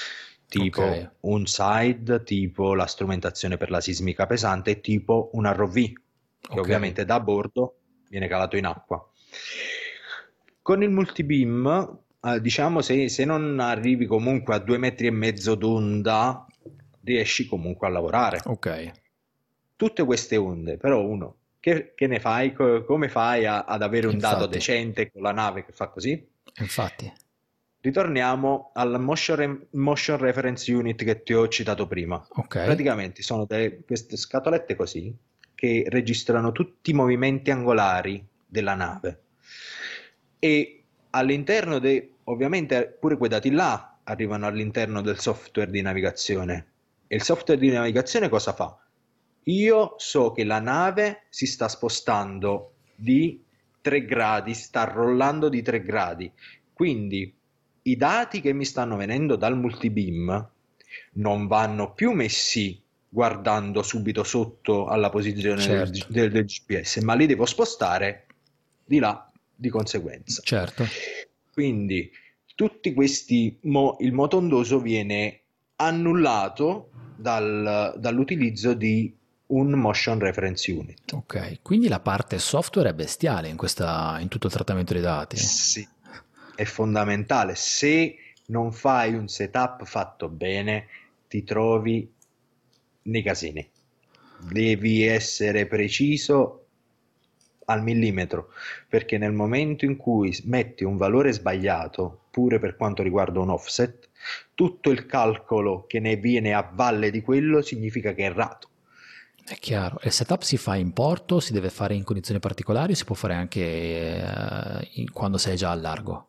Speaker 2: tipo
Speaker 1: Ok,
Speaker 2: un side, tipo la strumentazione per la sismica pesante, e tipo un R O V, che
Speaker 1: ok,
Speaker 2: ovviamente da bordo viene calato in acqua. Con il multibeam, eh, diciamo, se, se non arrivi comunque a due metri e mezzo d'onda, riesci comunque a lavorare.
Speaker 1: ok,
Speaker 2: Tutte queste onde, però uno, che, che ne fai? Co- Come fai a- ad avere un dato
Speaker 1: infatti,
Speaker 2: decente con la nave che fa così?
Speaker 1: infatti,
Speaker 2: Ritorniamo al motion, re- motion reference unit che ti ho citato prima.
Speaker 1: ok,
Speaker 2: Praticamente sono delle- queste scatolette così che registrano tutti i movimenti angolari della nave e all'interno de, ovviamente pure quei dati là arrivano all'interno del software di navigazione. E il software di navigazione cosa fa? Io so che la nave si sta spostando di tre gradi, sta rollando di tre gradi, quindi i dati che mi stanno venendo dal multibeam non vanno più messi guardando subito sotto alla posizione del,
Speaker 1: certo,
Speaker 2: del- del G P S, ma li devo spostare di là di conseguenza.
Speaker 1: certo.
Speaker 2: Quindi tutti questi mo- il moto ondoso viene annullato dal- dall'utilizzo di un motion reference unit.
Speaker 1: Ok, quindi la parte software è bestiale in questa, in tutto il trattamento dei dati.
Speaker 2: Sì, è fondamentale. Se non fai un setup fatto bene, ti trovi nei casini. Devi essere preciso al millimetro, perché nel momento in cui metti un valore sbagliato, pure per quanto riguarda un offset, tutto il calcolo che ne viene a valle di quello significa che è errato.
Speaker 1: È chiaro. E il setup si fa in porto, si deve fare in condizioni particolari o si può fare anche eh, in- quando sei già al largo?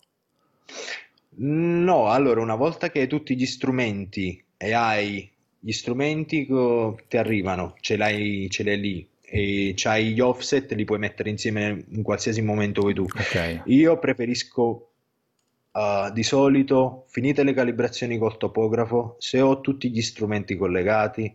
Speaker 2: No, allora una volta che hai tutti gli strumenti e hai gli strumenti co- ti arrivano, ce l'hai, ce l'hai lì e c'hai gli offset, li puoi mettere insieme in qualsiasi momento vuoi tu.
Speaker 1: Ok,
Speaker 2: Io preferisco uh, di solito, finite le calibrazioni col topografo, se ho tutti gli strumenti collegati,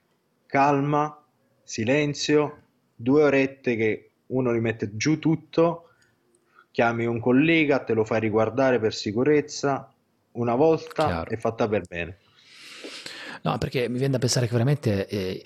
Speaker 2: calma, silenzio, due orette che uno li mette giù tutto, chiami un collega, te lo fai riguardare per sicurezza, una volta
Speaker 1: chiaro.
Speaker 2: è fatta per bene.
Speaker 1: No, perché mi viene da pensare che veramente eh,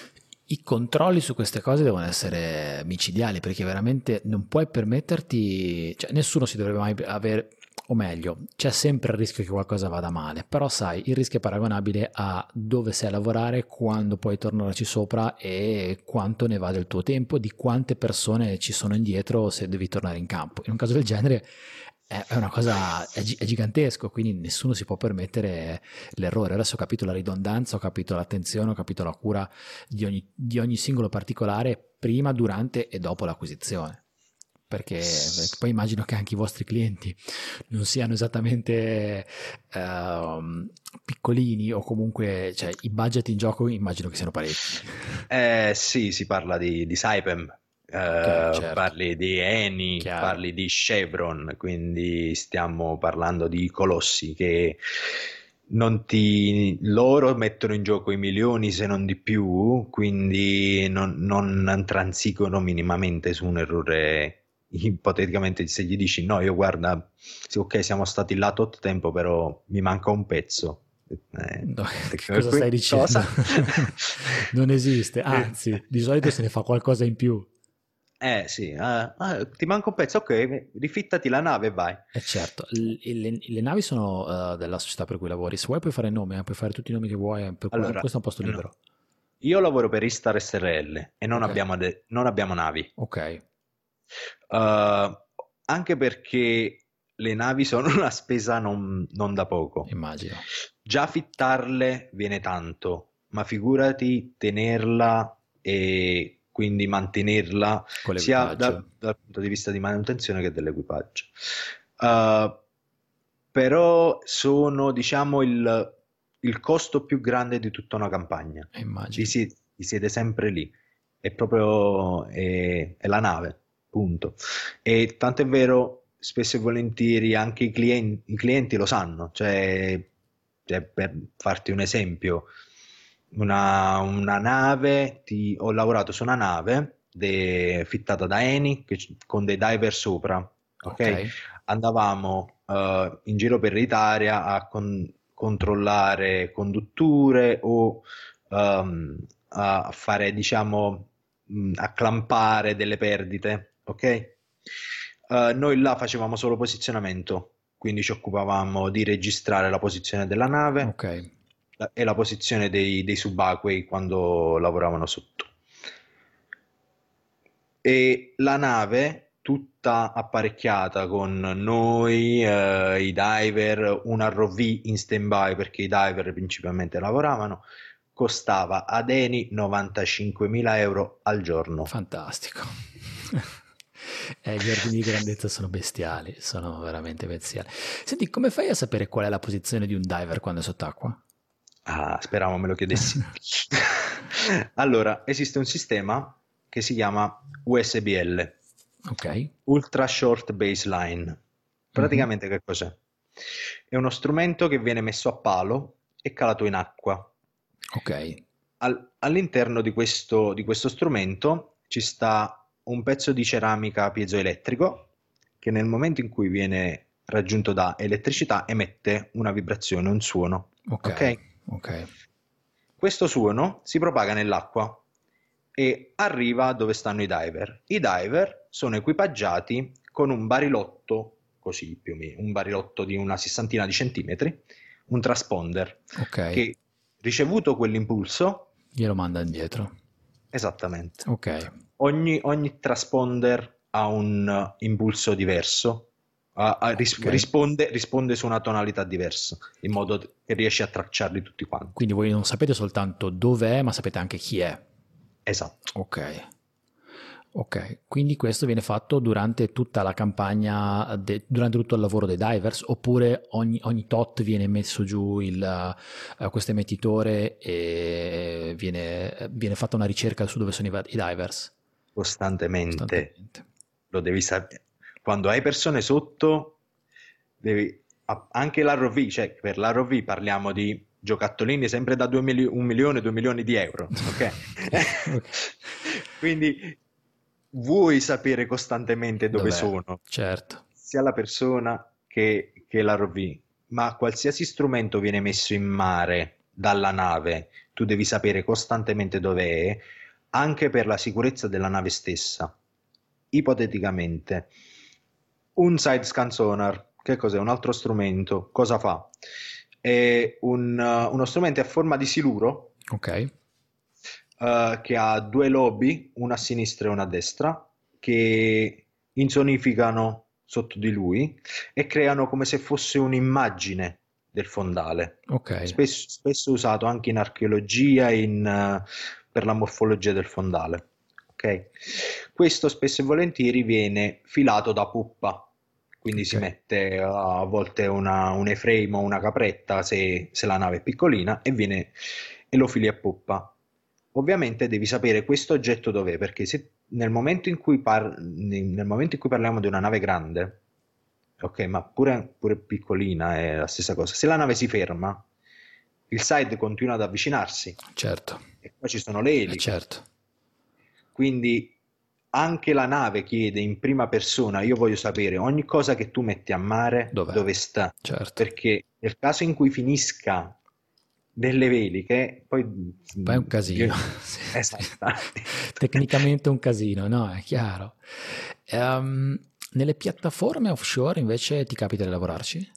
Speaker 1: i controlli su queste cose devono essere micidiali, perché veramente non puoi permetterti, cioè nessuno si dovrebbe mai avere, o meglio, c'è sempre il rischio che qualcosa vada male, però sai, il rischio è paragonabile a dove sei a lavorare, quando puoi tornarci sopra e quanto ne va del tuo tempo, di quante persone ci sono indietro se devi tornare in campo. In un caso del genere è è una cosa, è, gi- è gigantesco, quindi nessuno si può permettere l'errore. Adesso ho capito la ridondanza, ho capito l'attenzione, ho capito la cura di ogni, di ogni singolo particolare prima, durante e dopo l'acquisizione. Perché, perché poi immagino che anche i vostri clienti non siano esattamente ehm, piccolini o comunque, cioè, i budget in gioco immagino che siano parecchi.
Speaker 2: Eh, sì, si parla di, di Saipem,
Speaker 1: Ok,
Speaker 2: eh,
Speaker 1: certo,
Speaker 2: parli di Eni,
Speaker 1: chiaro.
Speaker 2: parli di Chevron, quindi stiamo parlando di colossi che non ti, loro mettono in gioco i milioni se non di più, quindi non, non transigono minimamente su un errore. Ipoteticamente, se gli dici no, io guarda, sì, ok, siamo stati là tot tempo, però mi manca un pezzo. Eh,
Speaker 1: No, che
Speaker 2: que-
Speaker 1: cosa stai
Speaker 2: que-
Speaker 1: dicendo?
Speaker 2: cosa?
Speaker 1: Non esiste,
Speaker 2: Eh,
Speaker 1: anzi, di solito se ne fa qualcosa in più.
Speaker 2: eh, sì, ah, ah, ti manca un pezzo, ok, rifittati la nave e vai.
Speaker 1: E certo, l- le, le navi sono eh, della società per cui lavori. Se vuoi puoi fare il nome, eh, puoi fare tutti i nomi che vuoi, eh, per qua-
Speaker 2: Allora,
Speaker 1: questo è un posto
Speaker 2: no,
Speaker 1: libero.
Speaker 2: io lavoro per Istar S R L e non
Speaker 1: Ok,
Speaker 2: abbiamo, de- non abbiamo navi.
Speaker 1: ok,
Speaker 2: Uh, Anche perché le navi sono una spesa non, non da poco.
Speaker 1: immagino.
Speaker 2: Già fittarle viene tanto, ma figurati tenerla e quindi mantenerla
Speaker 1: Con
Speaker 2: sia da-
Speaker 1: l'equipaggio.
Speaker 2: dal punto di vista di manutenzione che dell'equipaggio. Uh, Però sono, diciamo, il, il costo più grande di tutta una campagna. Vi,
Speaker 1: Immagino.
Speaker 2: si- vi siete sempre lì, è proprio è, è la nave, punto. E tanto è vero, spesso e volentieri anche i clienti, i clienti lo sanno, cioè, cioè, per farti un esempio, una, una nave, ti- ho lavorato su una nave de- fittata da Eni che c- con dei diver sopra,
Speaker 1: Ok,
Speaker 2: ok? Andavamo eh, in giro per l'Italia a con- controllare condutture o um, a fare, diciamo, mh, a clampare delle perdite, ok? Uh, noi là facevamo solo posizionamento, quindi ci occupavamo di registrare la posizione della nave
Speaker 1: Ok.
Speaker 2: la- e la posizione dei, dei subacquei quando lavoravano sotto. E la nave tutta apparecchiata con noi, eh, i diver, un R O V in stand-by perché i diver principalmente lavoravano, costava ad Eni novantacinquemila euro al giorno.
Speaker 1: Fantastico. Eh, gli ordini di grandezza sono bestiali, sono veramente bestiali. Senti, come fai a sapere qual è la posizione di un diver quando è sott'acqua?
Speaker 2: Ah, speravo me lo chiedessi. Allora, esiste un sistema che si chiama U S B L,
Speaker 1: Ok.
Speaker 2: Ultra Short Baseline.
Speaker 1: Mhm.
Speaker 2: Praticamente che cos'è? È uno strumento che viene messo a palo e calato in acqua.
Speaker 1: Ok.
Speaker 2: Al- all'interno di questo, di questo strumento ci sta un pezzo di ceramica piezoelettrico che nel momento in cui viene raggiunto da elettricità emette una vibrazione, un suono.
Speaker 1: Ok.
Speaker 2: Ok?
Speaker 1: Ok.
Speaker 2: Questo suono si propaga nell'acqua e arriva dove stanno i diver. I diver sono equipaggiati con un barilotto, così più o meno, un barilotto di una sessantina di centimetri, un transponder,
Speaker 1: Ok.
Speaker 2: che ricevuto quell'impulso,
Speaker 1: Glielo manda indietro.
Speaker 2: esattamente,
Speaker 1: Ok.
Speaker 2: ogni, ogni transponder ha un uh, impulso diverso, a- a- ris-
Speaker 1: Ok.
Speaker 2: risponde, risponde su una tonalità diversa, in modo che riesci a tracciarli tutti quanti.
Speaker 1: Quindi voi non sapete soltanto dov'è, ma sapete anche chi è.
Speaker 2: Esatto.
Speaker 1: Ok. Ok, quindi questo viene fatto durante tutta la campagna, de- durante tutto il lavoro dei divers, oppure ogni, ogni tot viene messo giù il, eh, questo emettitore e viene, viene fatta una ricerca su dove sono i, va- i divers
Speaker 2: Costantemente,
Speaker 1: costantemente.
Speaker 2: lo devi sapere. Quando hai persone sotto, devi, a- anche l'R O V, cioè per l'R O V parliamo di giocattolini sempre da due mili- un milione, due milioni di euro, ok?
Speaker 1: Ok.
Speaker 2: Quindi vuoi sapere costantemente dove
Speaker 1: Dov'è?
Speaker 2: sono,
Speaker 1: Certo.
Speaker 2: sia la persona che, che l'R O V, ma qualsiasi strumento viene messo in mare dalla nave, tu devi sapere costantemente dov'è, anche per la sicurezza della nave stessa. Ipoteticamente, un side scan sonar, che cos'è? Un altro strumento, cosa fa? È un, uh, uno strumento a forma di siluro
Speaker 1: Ok.
Speaker 2: uh, che ha due lobi, una a sinistra e una a destra, che insonificano sotto di lui e creano come se fosse un'immagine del fondale.
Speaker 1: Ok.
Speaker 2: Spesso, spesso usato anche in archeologia e in, uh, per la morfologia del fondale. Ok? Questo spesso e volentieri viene filato da poppa, quindi
Speaker 1: Ok.
Speaker 2: si mette uh, a volte una, un E-frame o una capretta se, se la nave è piccolina e, viene, e lo fili a poppa. Ovviamente devi sapere questo oggetto dov'è, perché se nel momento in cui, par- nel momento in cui parliamo di una nave grande, ok, ma pure, pure piccolina è la stessa cosa, se la nave si ferma, il side continua ad avvicinarsi
Speaker 1: Certo.
Speaker 2: e poi ci sono le
Speaker 1: Eh,
Speaker 2: eliche.
Speaker 1: certo.
Speaker 2: Quindi anche la nave chiede in prima persona, io voglio sapere ogni cosa che tu metti a mare
Speaker 1: Dov'è?
Speaker 2: dove sta,
Speaker 1: Certo.
Speaker 2: perché nel caso in cui finisca nelle veliche, poi
Speaker 1: Poi è un
Speaker 2: mm,
Speaker 1: casino.
Speaker 2: io-
Speaker 1: Sì, sì.
Speaker 2: esattamente.
Speaker 1: Tecnicamente un casino, no? È chiaro. Ehm, nelle piattaforme offshore invece ti capita di lavorarci?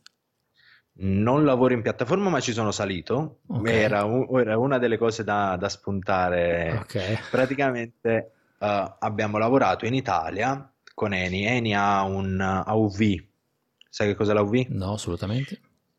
Speaker 2: Non lavoro in piattaforma, ma ci sono salito.
Speaker 1: Ok,
Speaker 2: Era, un- era una delle cose da, da spuntare.
Speaker 1: ok.
Speaker 2: Praticamente eh, abbiamo lavorato in Italia con Eni. Eni ha un A U V. Sai che cos'è l'A U V?
Speaker 1: No, assolutamente.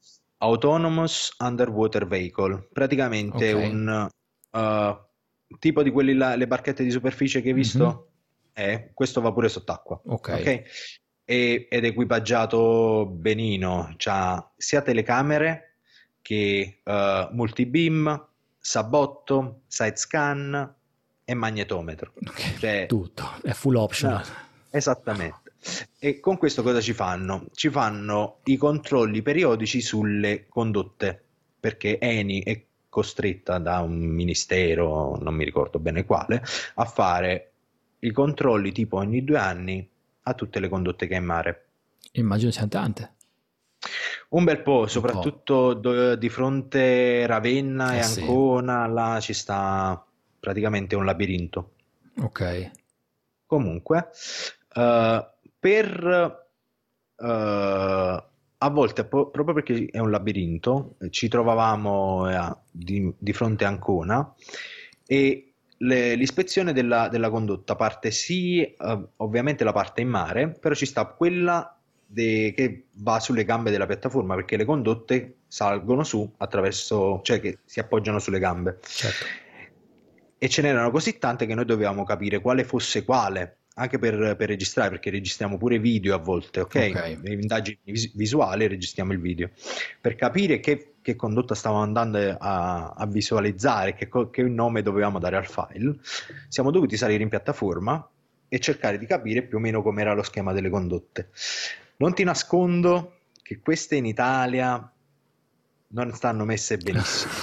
Speaker 2: Autonomous Underwater Vehicle. Praticamente
Speaker 1: Ok.
Speaker 2: un eh, tipo di quelli là, le barchette di superficie che hai
Speaker 1: Mhm.
Speaker 2: visto? Eh, questo va pure sott'acqua.
Speaker 1: Ok.
Speaker 2: Ok? E- ed è equipaggiato benino, c'ha sia telecamere che eh, multibeam, sabotto, side scan e magnetometro.
Speaker 1: Ok.
Speaker 2: Cioè,
Speaker 1: Tutto. È full optional.
Speaker 2: no, esattamente. E con questo cosa ci fanno? Ci fanno i controlli periodici sulle condotte, perché Eni è costretta da un ministero, non mi ricordo bene quale, a fare i controlli tipo ogni due anni a tutte le condotte che è in mare.
Speaker 1: Immagino siano tante.
Speaker 2: Un bel po',
Speaker 1: Un po'.
Speaker 2: soprattutto do- di fronte Ravenna e
Speaker 1: Eh sì,
Speaker 2: Ancona, là ci sta praticamente un labirinto.
Speaker 1: ok.
Speaker 2: Comunque, eh, per eh, a volte, po- proprio perché è un labirinto, eh, ci trovavamo eh, di, di fronte a Ancona e le- l'ispezione della, della condotta parte sì, eh, ovviamente la parte in mare, però ci sta quella de- che va sulle gambe della piattaforma perché le condotte salgono su attraverso, cioè che si appoggiano sulle gambe.
Speaker 1: Certo.
Speaker 2: E ce n'erano così tante che noi dovevamo capire quale fosse quale, anche per, per registrare, perché registriamo pure video a volte, ok?
Speaker 1: Ok.
Speaker 2: Le indagini vis- visuali, registriamo il video. Per capire che, che condotta stavamo andando a, a visualizzare, che, co- che nome dovevamo dare al file, siamo dovuti salire in piattaforma e cercare di capire più o meno com'era lo schema delle condotte. Non ti nascondo che queste in Italia non stanno messe benissimo.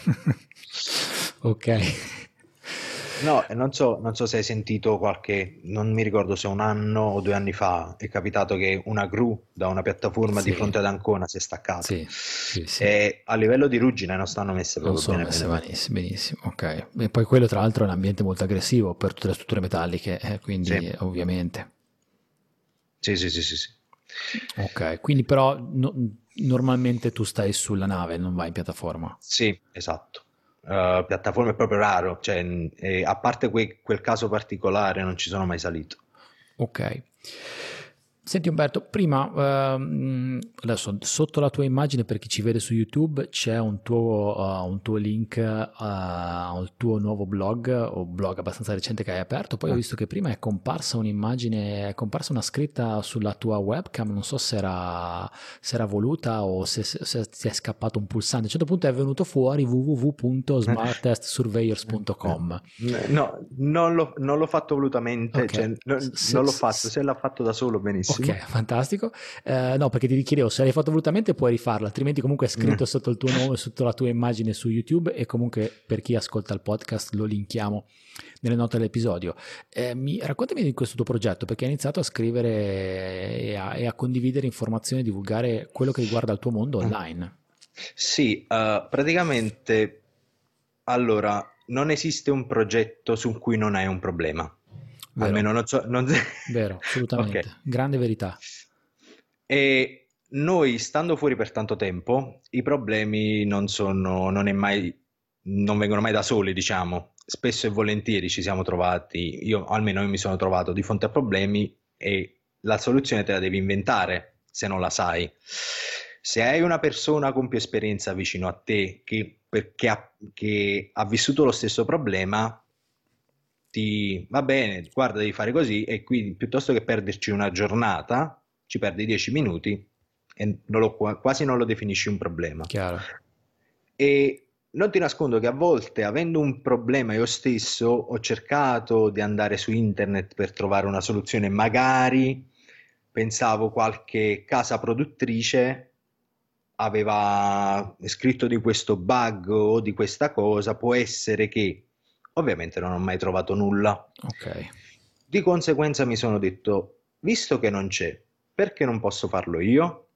Speaker 1: Ok.
Speaker 2: No, e non so, non so se hai sentito qualche, non mi ricordo se un anno o due anni fa è capitato che una gru da una piattaforma di
Speaker 1: Sì,
Speaker 2: fronte ad Ancona si è staccata.
Speaker 1: sì, sì, sì.
Speaker 2: E a livello di ruggine non stanno messe
Speaker 1: Non
Speaker 2: proprio
Speaker 1: sono
Speaker 2: bene
Speaker 1: messe
Speaker 2: bene bene.
Speaker 1: benissimo, benissimo. Ok. E poi quello tra l'altro è un ambiente molto aggressivo per tutte le strutture metalliche, eh,
Speaker 2: Sì,
Speaker 1: quindi eh, ovviamente.
Speaker 2: sì, sì, sì, sì, sì.
Speaker 1: Ok, quindi però no- normalmente tu stai sulla nave, non vai in piattaforma.
Speaker 2: Sì, esatto. Uh, piattaforma è proprio raro, cioè, n- e a parte que- quel caso particolare non ci sono mai salito.
Speaker 1: Ok. Senti Umberto, prima, ehm, adesso sotto la tua immagine per chi ci vede su YouTube c'è un tuo, uh, un tuo link uh, al tuo nuovo blog o blog abbastanza recente che hai aperto. Poi ho
Speaker 2: Ah.
Speaker 1: visto che prima è comparsa un'immagine, è comparsa una scritta sulla tua webcam, non so se era, se era voluta o se, se, se ti è scappato un pulsante. A un certo punto è venuto fuori w w w punto smart test surveyors punto com.
Speaker 2: No, non l'ho non l'ho fatto volutamente,
Speaker 1: Ok,
Speaker 2: cioè, no-
Speaker 1: se,
Speaker 2: non l'ho
Speaker 1: se-
Speaker 2: fatto,
Speaker 1: se-
Speaker 2: se l'ha fatto da solo
Speaker 1: ok,
Speaker 2: benissimo.
Speaker 1: fantastico. Eh, no, perché ti chiedevo, se l'hai fatto volutamente puoi rifarlo, altrimenti comunque è
Speaker 2: Mm.
Speaker 1: scritto sotto il tuo nome, sotto la tua immagine su YouTube e comunque per chi ascolta il podcast lo linkiamo nelle note dell'episodio. Eh, mi, raccontami di questo tuo progetto, perché hai iniziato a scrivere e a, e a condividere informazioni, divulgare quello che riguarda il tuo mondo online.
Speaker 2: Sì, eh, praticamente allora non esiste un progetto su cui non hai un problema.
Speaker 1: Vero,
Speaker 2: Almeno non so, non...
Speaker 1: vero,
Speaker 2: Ok.
Speaker 1: assolutamente. Grande verità.
Speaker 2: E noi, stando fuori per tanto tempo, i problemi non sono, non è mai, non vengono mai da soli, diciamo. Spesso e volentieri ci siamo trovati, io almeno io mi sono trovato di fronte a problemi e la soluzione te la devi inventare se non la sai. Se hai una persona con più esperienza vicino a te che, perché ha, che ha vissuto lo stesso problema, ti va bene, guarda, devi fare così e quindi piuttosto che perderci una giornata, ci perdi dieci minuti e non lo- quasi non lo definisci un problema.
Speaker 1: Chiaro.
Speaker 2: E non ti nascondo che a volte, avendo un problema io stesso, ho cercato di andare su internet per trovare una soluzione. Magari pensavo qualche casa produttrice aveva scritto di questo bug o di questa cosa, può essere che ovviamente non ho mai trovato nulla.
Speaker 1: Ok.
Speaker 2: Di conseguenza mi sono detto, visto che non c'è, perché non posso farlo io?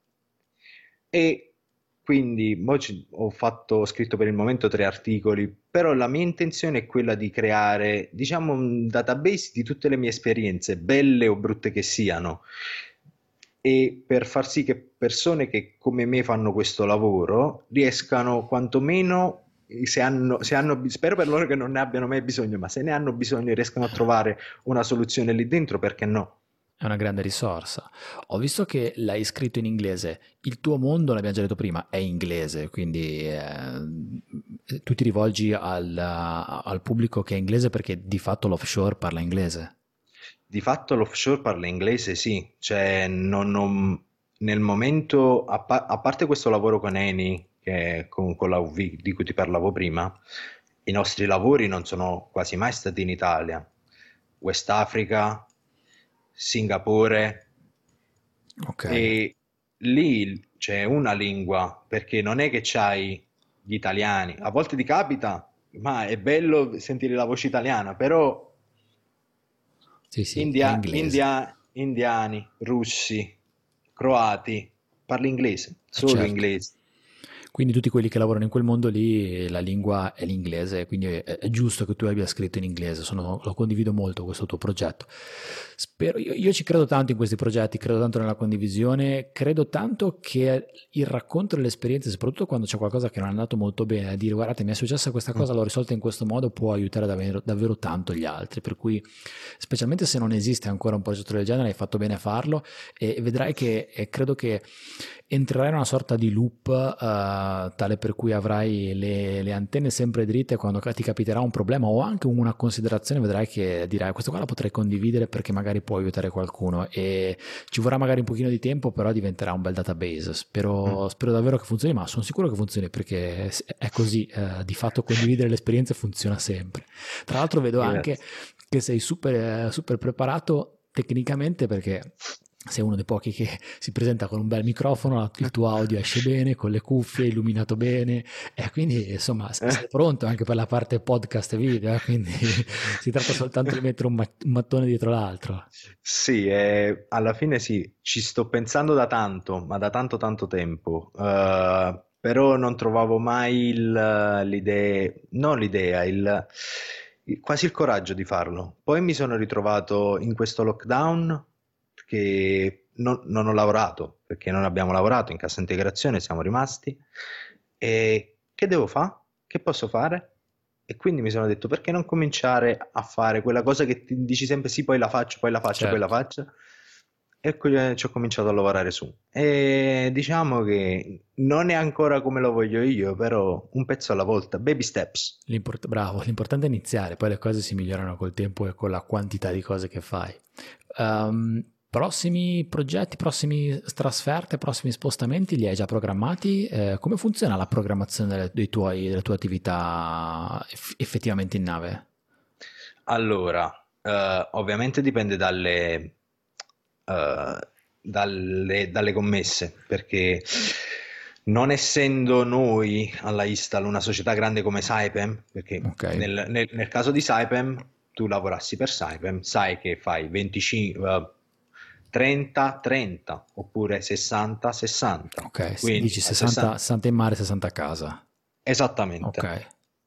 Speaker 2: E quindi mo ci- ho fatto, ho scritto per il momento tre articoli, però la mia intenzione è quella di creare, diciamo, un database di tutte le mie esperienze, belle o brutte che siano, e per far sì che persone che come me fanno questo lavoro riescano quantomeno, se hanno, se hanno, bi- spero per loro che non ne abbiano mai bisogno, ma se ne hanno bisogno riescano a trovare una soluzione lì dentro, perché no?
Speaker 1: È una grande risorsa. Ho visto che l'hai scritto in inglese. Il tuo mondo, l'abbiamo già detto prima, è inglese, quindi eh, tu ti rivolgi al, al pubblico che è inglese perché di fatto l'offshore parla inglese.
Speaker 2: Di fatto l'offshore parla inglese, sì, cioè non ho- nel momento, a, pa- a parte questo lavoro con Eni, che è con, con la U V di cui ti parlavo prima, i nostri lavori non sono quasi mai stati in Italia. West Africa, Singapore,
Speaker 1: Ok,
Speaker 2: e lì c'è una lingua, perché non è che c'hai gli italiani, a volte ti capita, ma è bello sentire la voce italiana, però
Speaker 1: sì, sì, è
Speaker 2: India-
Speaker 1: inglese.
Speaker 2: india- indiani, russi, croati. parli inglese,
Speaker 1: Eh,
Speaker 2: solo
Speaker 1: certo.
Speaker 2: inglese.
Speaker 1: Quindi tutti quelli che lavorano in quel mondo lì, la lingua è l'inglese, quindi è, è giusto che tu abbia scritto in inglese, sono- lo condivido molto questo tuo progetto. Spero, io, io ci credo tanto in questi progetti, credo tanto nella condivisione, credo tanto che il racconto delle esperienze, soprattutto quando c'è qualcosa che non è andato molto bene, a dire guardate mi è successa questa
Speaker 2: Mm.
Speaker 1: cosa, l'ho risolta in questo modo, può aiutare davvero, davvero tanto gli altri, per cui specialmente se non esiste ancora un progetto del genere, hai fatto bene a farlo e vedrai che e credo che entrerai in una sorta di loop eh, tale per cui avrai le, le antenne sempre dritte quando ti capiterà un problema o anche una considerazione, vedrai che dirai questo qua la potrei condividere perché magari può aiutare qualcuno e ci vorrà magari un pochino di tempo, però diventerà un bel database.
Speaker 2: Mm.
Speaker 1: Spero, spero davvero che funzioni, ma sono sicuro che funzioni perché è così, eh, di fatto condividere l'esperienza funziona sempre. Tra l'altro vedo anche
Speaker 2: Grazie.
Speaker 1: che sei super, super preparato tecnicamente perché sei uno dei pochi che si presenta con un bel microfono, il tuo audio esce bene, con le cuffie, illuminato bene, e quindi insomma sei pronto anche per la parte podcast e video, eh, quindi si tratta soltanto di mettere un, ma- un mattone dietro l'altro.
Speaker 2: Sì, eh, alla fine sì, ci sto pensando da tanto, ma da tanto tanto tempo, eh, però non trovavo mai il- l'idea, non l'idea, il, il- quasi il coraggio di farlo. Poi mi sono ritrovato in questo lockdown che non, non ho lavorato, perché non abbiamo lavorato in cassa integrazione, siamo rimasti, e che devo fare? Che posso fare? E quindi mi sono detto, perché non cominciare a fare quella cosa che ti dici sempre, sì, poi la faccio, poi la faccio, poi la
Speaker 1: Certo.
Speaker 2: faccio. E que- ci ho cominciato a lavorare su. E diciamo che non è ancora come lo voglio io, però un pezzo alla volta, baby steps.
Speaker 1: L'import- bravo, l'importante è iniziare, poi le cose si migliorano col tempo e con la quantità di cose che fai. Ehm, prossimi progetti, prossimi trasferte, prossimi spostamenti li hai già programmati? Eh, come funziona la programmazione delle, dei tuoi- delle tue attività eff- effettivamente in nave?
Speaker 2: Allora, eh, ovviamente dipende dalle, eh, dalle, dalle commesse, perché non essendo noi alla Istal una società grande come Saipem, perché
Speaker 1: Ok.
Speaker 2: nel, nel- nel caso di Saipem tu lavorassi per Saipem, sai che fai venticinque, eh, trenta trenta oppure sessanta sessanta,
Speaker 1: Ok, s-
Speaker 2: quindi
Speaker 1: dici
Speaker 2: al
Speaker 1: sessanta,
Speaker 2: sessanta
Speaker 1: sessanta in mare, sessanta a casa. Ok.
Speaker 2: esattamente.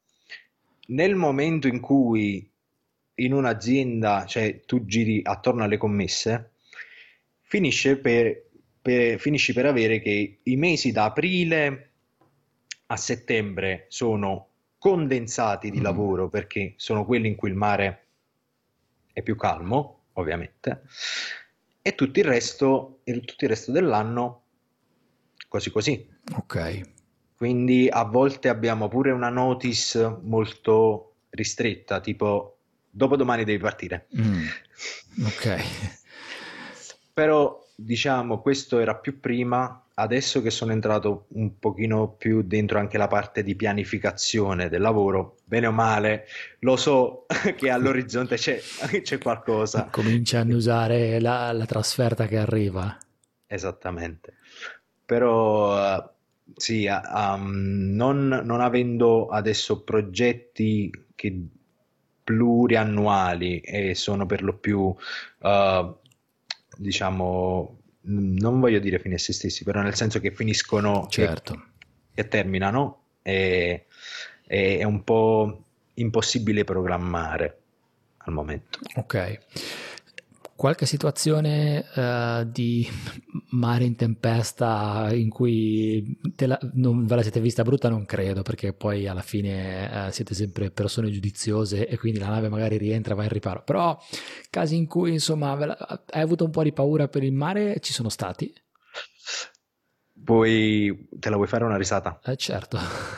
Speaker 2: Nel momento in cui in un'azienda, cioè tu giri attorno alle commesse, finisce per, per- finisci per avere che i mesi da aprile a settembre sono condensati di
Speaker 1: Mm.
Speaker 2: lavoro perché sono quelli in cui il mare è più calmo, ovviamente, e tutto il resto, e tutto il resto dell'anno così così.
Speaker 1: Ok.
Speaker 2: Quindi a volte abbiamo pure una notice molto ristretta, tipo dopodomani devi partire.
Speaker 1: Mm. Ok.
Speaker 2: Però diciamo questo era più prima, adesso che sono entrato un pochino più dentro anche la parte di pianificazione del lavoro, bene o male, lo so che all'orizzonte c'è, c'è qualcosa.
Speaker 1: Comincia a annusare la, la trasferta che arriva.
Speaker 2: Esattamente. Però eh, sì, a- um, non, non avendo adesso progetti che pluriannuali e sono per lo più, eh, diciamo, n- non voglio dire fine a se stessi, però nel senso che finiscono, che,
Speaker 1: Certo.
Speaker 2: che terminano, e, e- è un po' impossibile programmare al momento.
Speaker 1: Ok. Qualche situazione eh, di mare in tempesta in cui te la- non ve la siete vista brutta, non credo, perché poi alla fine eh, siete sempre persone giudiziose e quindi la nave magari rientra, va in riparo. Però casi in cui insomma ve la- hai avuto un po' di paura per il mare ci sono stati?
Speaker 2: Vuoi, te la vuoi fare una risata?
Speaker 1: Eh, certo.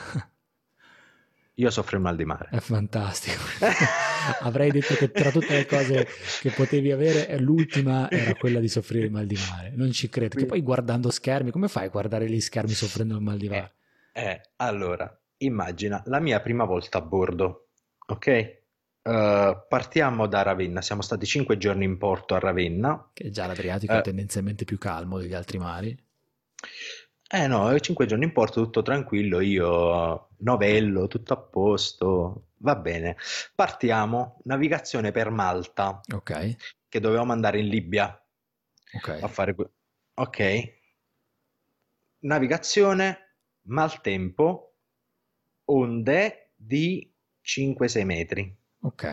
Speaker 2: Io soffro il mal di mare.
Speaker 1: È fantastico. Avrei detto che tra tutte le cose che potevi avere, eh, l'ultima era quella di soffrire il mal di mare. Non ci credo. Che
Speaker 2: Quindi-
Speaker 1: poi guardando schermi, come fai a guardare gli schermi soffrendo il mal di
Speaker 2: eh,
Speaker 1: mare?
Speaker 2: eh, allora, immagina la mia prima volta a bordo, ok? Eh, partiamo da Ravenna, siamo stati cinque giorni in porto a Ravenna.
Speaker 1: Che già l'Adriatico è
Speaker 2: Eh,
Speaker 1: tendenzialmente più calmo degli altri mari.
Speaker 2: eh no, cinque giorni in porto, tutto tranquillo, io novello, tutto a posto, va bene. Partiamo, navigazione per Malta,
Speaker 1: Ok,
Speaker 2: che dovevamo andare in Libia
Speaker 1: ok.
Speaker 2: a fare... que- Ok, navigazione, maltempo, onde di cinque sei metri.
Speaker 1: Ok,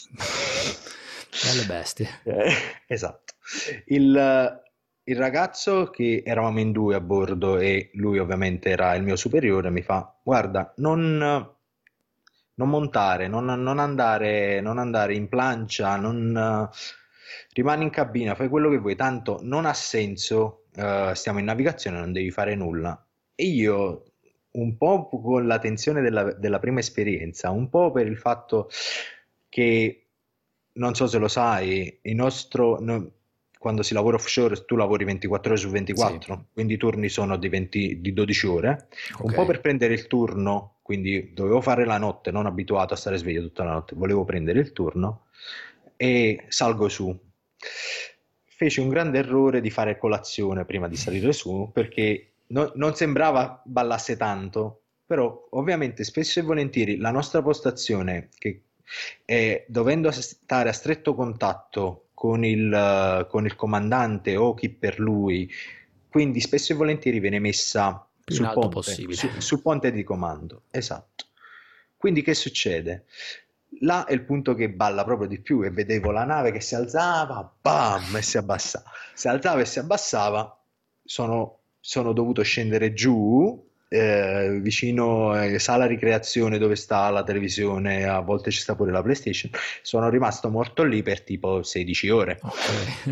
Speaker 1: belle bestie.
Speaker 2: Eh, esatto. Il, il ragazzo, che eravamo in due a bordo e lui ovviamente era il mio superiore, mi fa: guarda, non, non montare, non, non andare, non andare in plancia, non, eh, rimani in cabina, fai quello che vuoi, tanto non ha senso, eh, stiamo in navigazione, non devi fare nulla. E io, un po' con la tensione della, della prima esperienza, un po' per il fatto che, non so se lo sai, il nostro, no- quando si lavora offshore tu lavori ventiquattro ore su
Speaker 1: Sì,
Speaker 2: ventiquattro, quindi i turni sono di, venti di dodici ore, un
Speaker 1: ok.
Speaker 2: po' per prendere il turno, quindi dovevo fare la notte, non abituato a stare sveglio tutta la notte, volevo prendere il turno e salgo su. Feci un grande errore di fare colazione prima di salire su perché no- non sembrava ballasse tanto, però ovviamente spesso e volentieri la nostra postazione, che è, dovendo stare a stretto contatto con il, eh, con il comandante o chi per lui, quindi spesso e volentieri viene messa
Speaker 1: Più in
Speaker 2: sul
Speaker 1: alto
Speaker 2: ponte,
Speaker 1: possibile.
Speaker 2: su- sul ponte di comando. Esatto. Quindi che succede? Là è il punto che balla proprio di più e vedevo la nave che si alzava, bam, e si abbassava. Si alzava e si abbassava. Sono, sono dovuto scendere giù, eh, vicino a sala ricreazione dove sta la televisione, a volte ci sta pure la PlayStation. Sono rimasto morto lì per tipo sedici ore.
Speaker 1: Ok.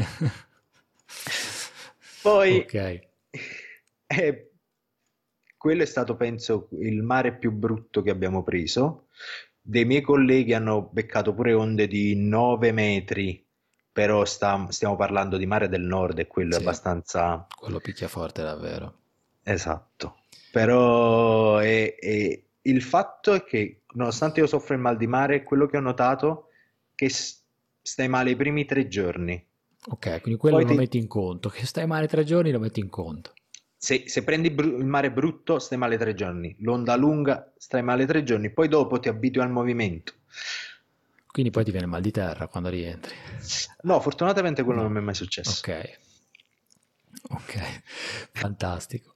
Speaker 2: Poi,
Speaker 1: Ok.
Speaker 2: eh, quello è stato, penso, il mare più brutto che abbiamo preso. Dei miei colleghi hanno beccato pure onde di nove metri, però sta- stiamo parlando di mare del nord e quello è
Speaker 1: Sì,
Speaker 2: abbastanza.
Speaker 1: quello picchia forte davvero.
Speaker 2: Esatto. Però è- è- il fatto è che, nonostante io soffra il mal di mare, quello che ho notato è che s- stai male i primi tre giorni.
Speaker 1: Ok, quindi quello
Speaker 2: Poi
Speaker 1: lo
Speaker 2: ti,
Speaker 1: metti in conto. Che stai male tre giorni lo metti in conto.
Speaker 2: Se, se prendi bru- il mare brutto, stai male tre giorni, l'onda lunga, stai male tre giorni, poi dopo ti abitui al movimento.
Speaker 1: Quindi poi ti viene mal di terra quando rientri.
Speaker 2: No, fortunatamente quello non
Speaker 1: No.
Speaker 2: mi è mai successo.
Speaker 1: Ok. Ok, fantastico.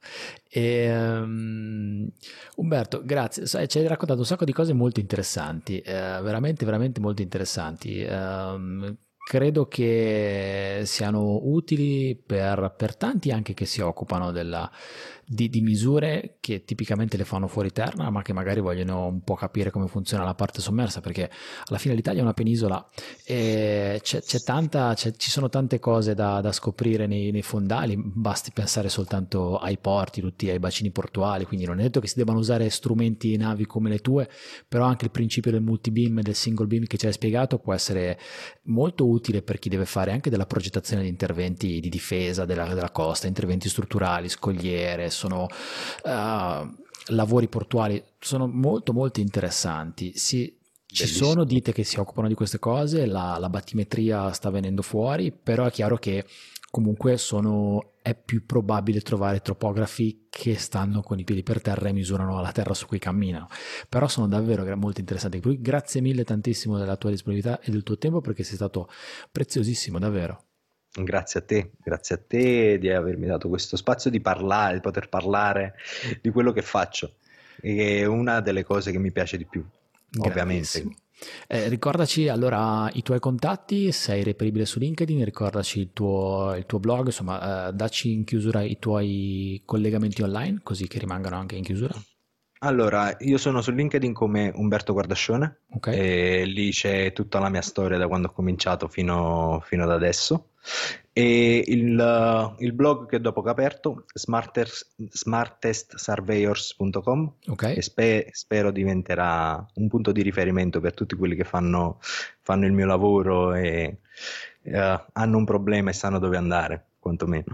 Speaker 1: Ehm, Umberto, grazie. Sai, ci hai raccontato un sacco di cose molto interessanti, eh, veramente, veramente molto interessanti. Ehm, credo che siano utili per, per tanti anche che si occupano della, di, di misure che tipicamente le fanno fuori terra, ma che magari vogliono un po' capire come funziona la parte sommersa, perché alla fine l'Italia è una penisola e c'è, c'è tanta, c'è- ci sono tante cose da, da scoprire nei, nei fondali, basti pensare soltanto ai porti, tutti ai bacini portuali, quindi non è detto che si debbano usare strumenti e navi come le tue, però anche il principio del multibeam e del single beam che ci hai spiegato può essere molto utile per chi deve fare anche della progettazione di interventi di difesa della, della costa, interventi strutturali, scogliere, sono uh, lavori portuali, sono molto molto interessanti. Si, ci sono
Speaker 2: Bellissimo.
Speaker 1: ditte che si occupano di queste cose, la, la battimetria sta venendo fuori, però è chiaro che comunque sono, è più probabile trovare topografi che stanno con i piedi per terra e misurano la terra su cui camminano. Però sono davvero molto interessanti. Per cui grazie mille tantissimo della tua disponibilità e del tuo tempo perché sei stato preziosissimo, davvero.
Speaker 2: Grazie a te, grazie a te di avermi dato questo spazio di parlare, di poter parlare di quello che faccio. È una delle cose che mi piace di più,
Speaker 1: Grandissimo.
Speaker 2: ovviamente.
Speaker 1: Eh, ricordaci allora i tuoi contatti, sei reperibile su LinkedIn, ricordaci il tuo, il tuo blog, insomma, eh, dacci in chiusura i tuoi collegamenti online, così che rimangano anche in chiusura.
Speaker 2: Allora, io sono su LinkedIn come Umberto Guardascione
Speaker 1: Ok?
Speaker 2: e lì c'è tutta la mia storia da quando ho cominciato fino, fino ad adesso. E il, eh, il blog che dopo che ho aperto, smartest, smartest surveyors punto com,
Speaker 1: Ok?
Speaker 2: che spe- spero diventerà un punto di riferimento per tutti quelli che fanno, fanno il mio lavoro e eh, hanno un problema e sanno dove andare, quantomeno.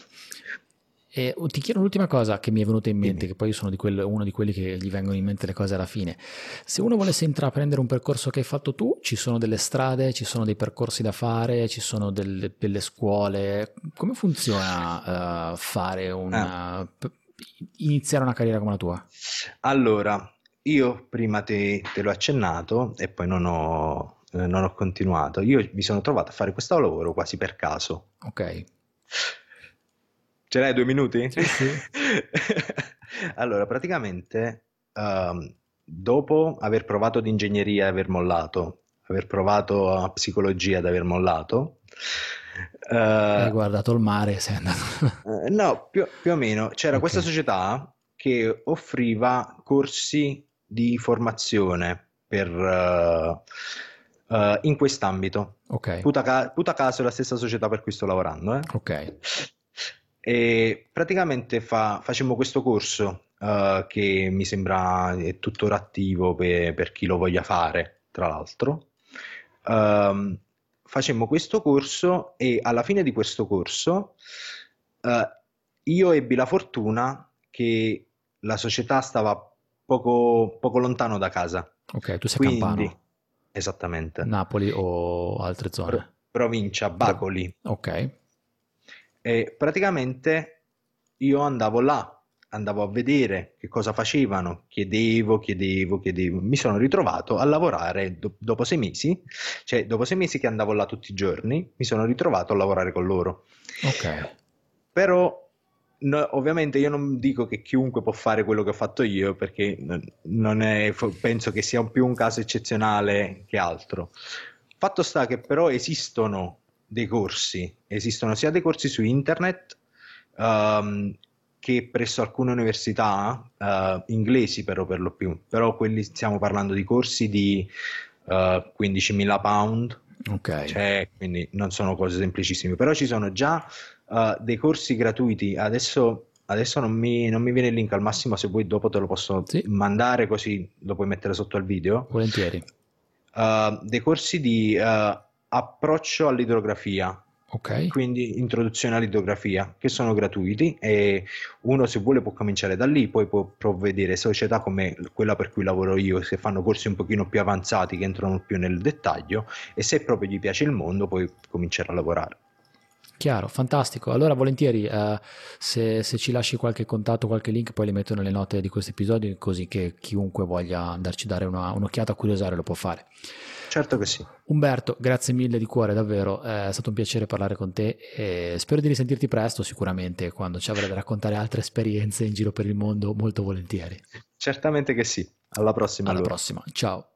Speaker 1: E oh, ti chiedo un'ultima cosa che mi è venuta in mente,
Speaker 2: Dimmi.
Speaker 1: che poi io sono di quel- uno di quelli che gli vengono in mente le cose alla fine. Se uno volesse intraprendere un percorso che hai fatto tu, ci sono delle strade, ci sono dei percorsi da fare, ci sono delle, delle scuole. Come funziona eh, fare
Speaker 2: Ah.
Speaker 1: una, p- iniziare una carriera come la tua?
Speaker 2: Allora, io prima te, te l'ho accennato e poi non ho, eh, non ho continuato. Io mi sono trovato a fare questo lavoro quasi per caso.
Speaker 1: Ok,
Speaker 2: Ce l'hai due minuti?
Speaker 1: Sì, sì.
Speaker 2: Allora, praticamente, ehm, dopo aver provato ad ingegneria e aver mollato, aver provato a psicologia ed aver mollato,
Speaker 1: Hai
Speaker 2: eh,
Speaker 1: guardato il mare, sei andato...
Speaker 2: eh, no, più, più o meno, c'era
Speaker 1: Ok,
Speaker 2: questa società che offriva corsi di formazione per, eh, eh, in quest'ambito.
Speaker 1: ok,
Speaker 2: Puta, ca- puta caso è la stessa società per cui sto lavorando, eh.
Speaker 1: ok.
Speaker 2: E praticamente fa- facemmo questo corso, eh, che mi sembra è tuttora attivo per, per chi lo voglia fare, tra l'altro. Ehm, Facemmo questo corso e alla fine di questo corso, eh, io ebbi la fortuna che la società stava poco, poco lontano da casa,
Speaker 1: Ok, tu sei
Speaker 2: quindi
Speaker 1: campano,
Speaker 2: esattamente,
Speaker 1: Napoli o altre
Speaker 2: pro-
Speaker 1: zone?
Speaker 2: provincia
Speaker 1: Pro-
Speaker 2: Bacoli.
Speaker 1: Ok,
Speaker 2: E praticamente io andavo là, andavo a vedere che cosa facevano, chiedevo, chiedevo, chiedevo. Mi sono ritrovato a lavorare do- dopo sei mesi, cioè dopo sei mesi che andavo là tutti i giorni, mi sono ritrovato a lavorare con loro.
Speaker 1: ok,
Speaker 2: Però no- ovviamente io non dico che chiunque può fare quello che ho fatto io, perché non non è, fo- penso che sia più un caso eccezionale che altro. Fatto sta che però esistono dei corsi, esistono sia dei corsi su internet, ehm, che presso alcune università, eh, inglesi però per lo più, però quelli stiamo parlando di corsi di eh, quindicimila pound,
Speaker 1: ok.
Speaker 2: cioè, quindi non sono cose semplicissime, però ci sono già eh, dei corsi gratuiti. Adesso, adesso non mi, non mi viene il link, al massimo se vuoi dopo te lo posso
Speaker 1: Sì,
Speaker 2: mandare così lo puoi mettere sotto al video.
Speaker 1: volentieri.
Speaker 2: Uh, dei corsi di uh, approccio all'idrografia,
Speaker 1: Ok,
Speaker 2: quindi introduzione all'idrografia, che sono gratuiti e uno se vuole può cominciare da lì, poi può provvedere società come quella per cui lavoro io, che fanno corsi un pochino più avanzati, che entrano più nel dettaglio, e se proprio gli piace il mondo poi cominciare a lavorare.
Speaker 1: chiaro, fantastico. Allora, volentieri, eh, se, se ci lasci qualche contatto, qualche link, poi li metto nelle note di questo episodio, così che chiunque voglia andarci a dare una- un'occhiata a curiosare lo può fare.
Speaker 2: Certo che sì.
Speaker 1: Umberto, grazie mille di cuore, davvero, è stato un piacere parlare con te e spero di risentirti presto, sicuramente, quando ci avrai da raccontare altre esperienze in giro per il mondo, molto volentieri.
Speaker 2: Certamente che sì. Alla prossima
Speaker 1: Alla
Speaker 2: allora.
Speaker 1: prossima, ciao.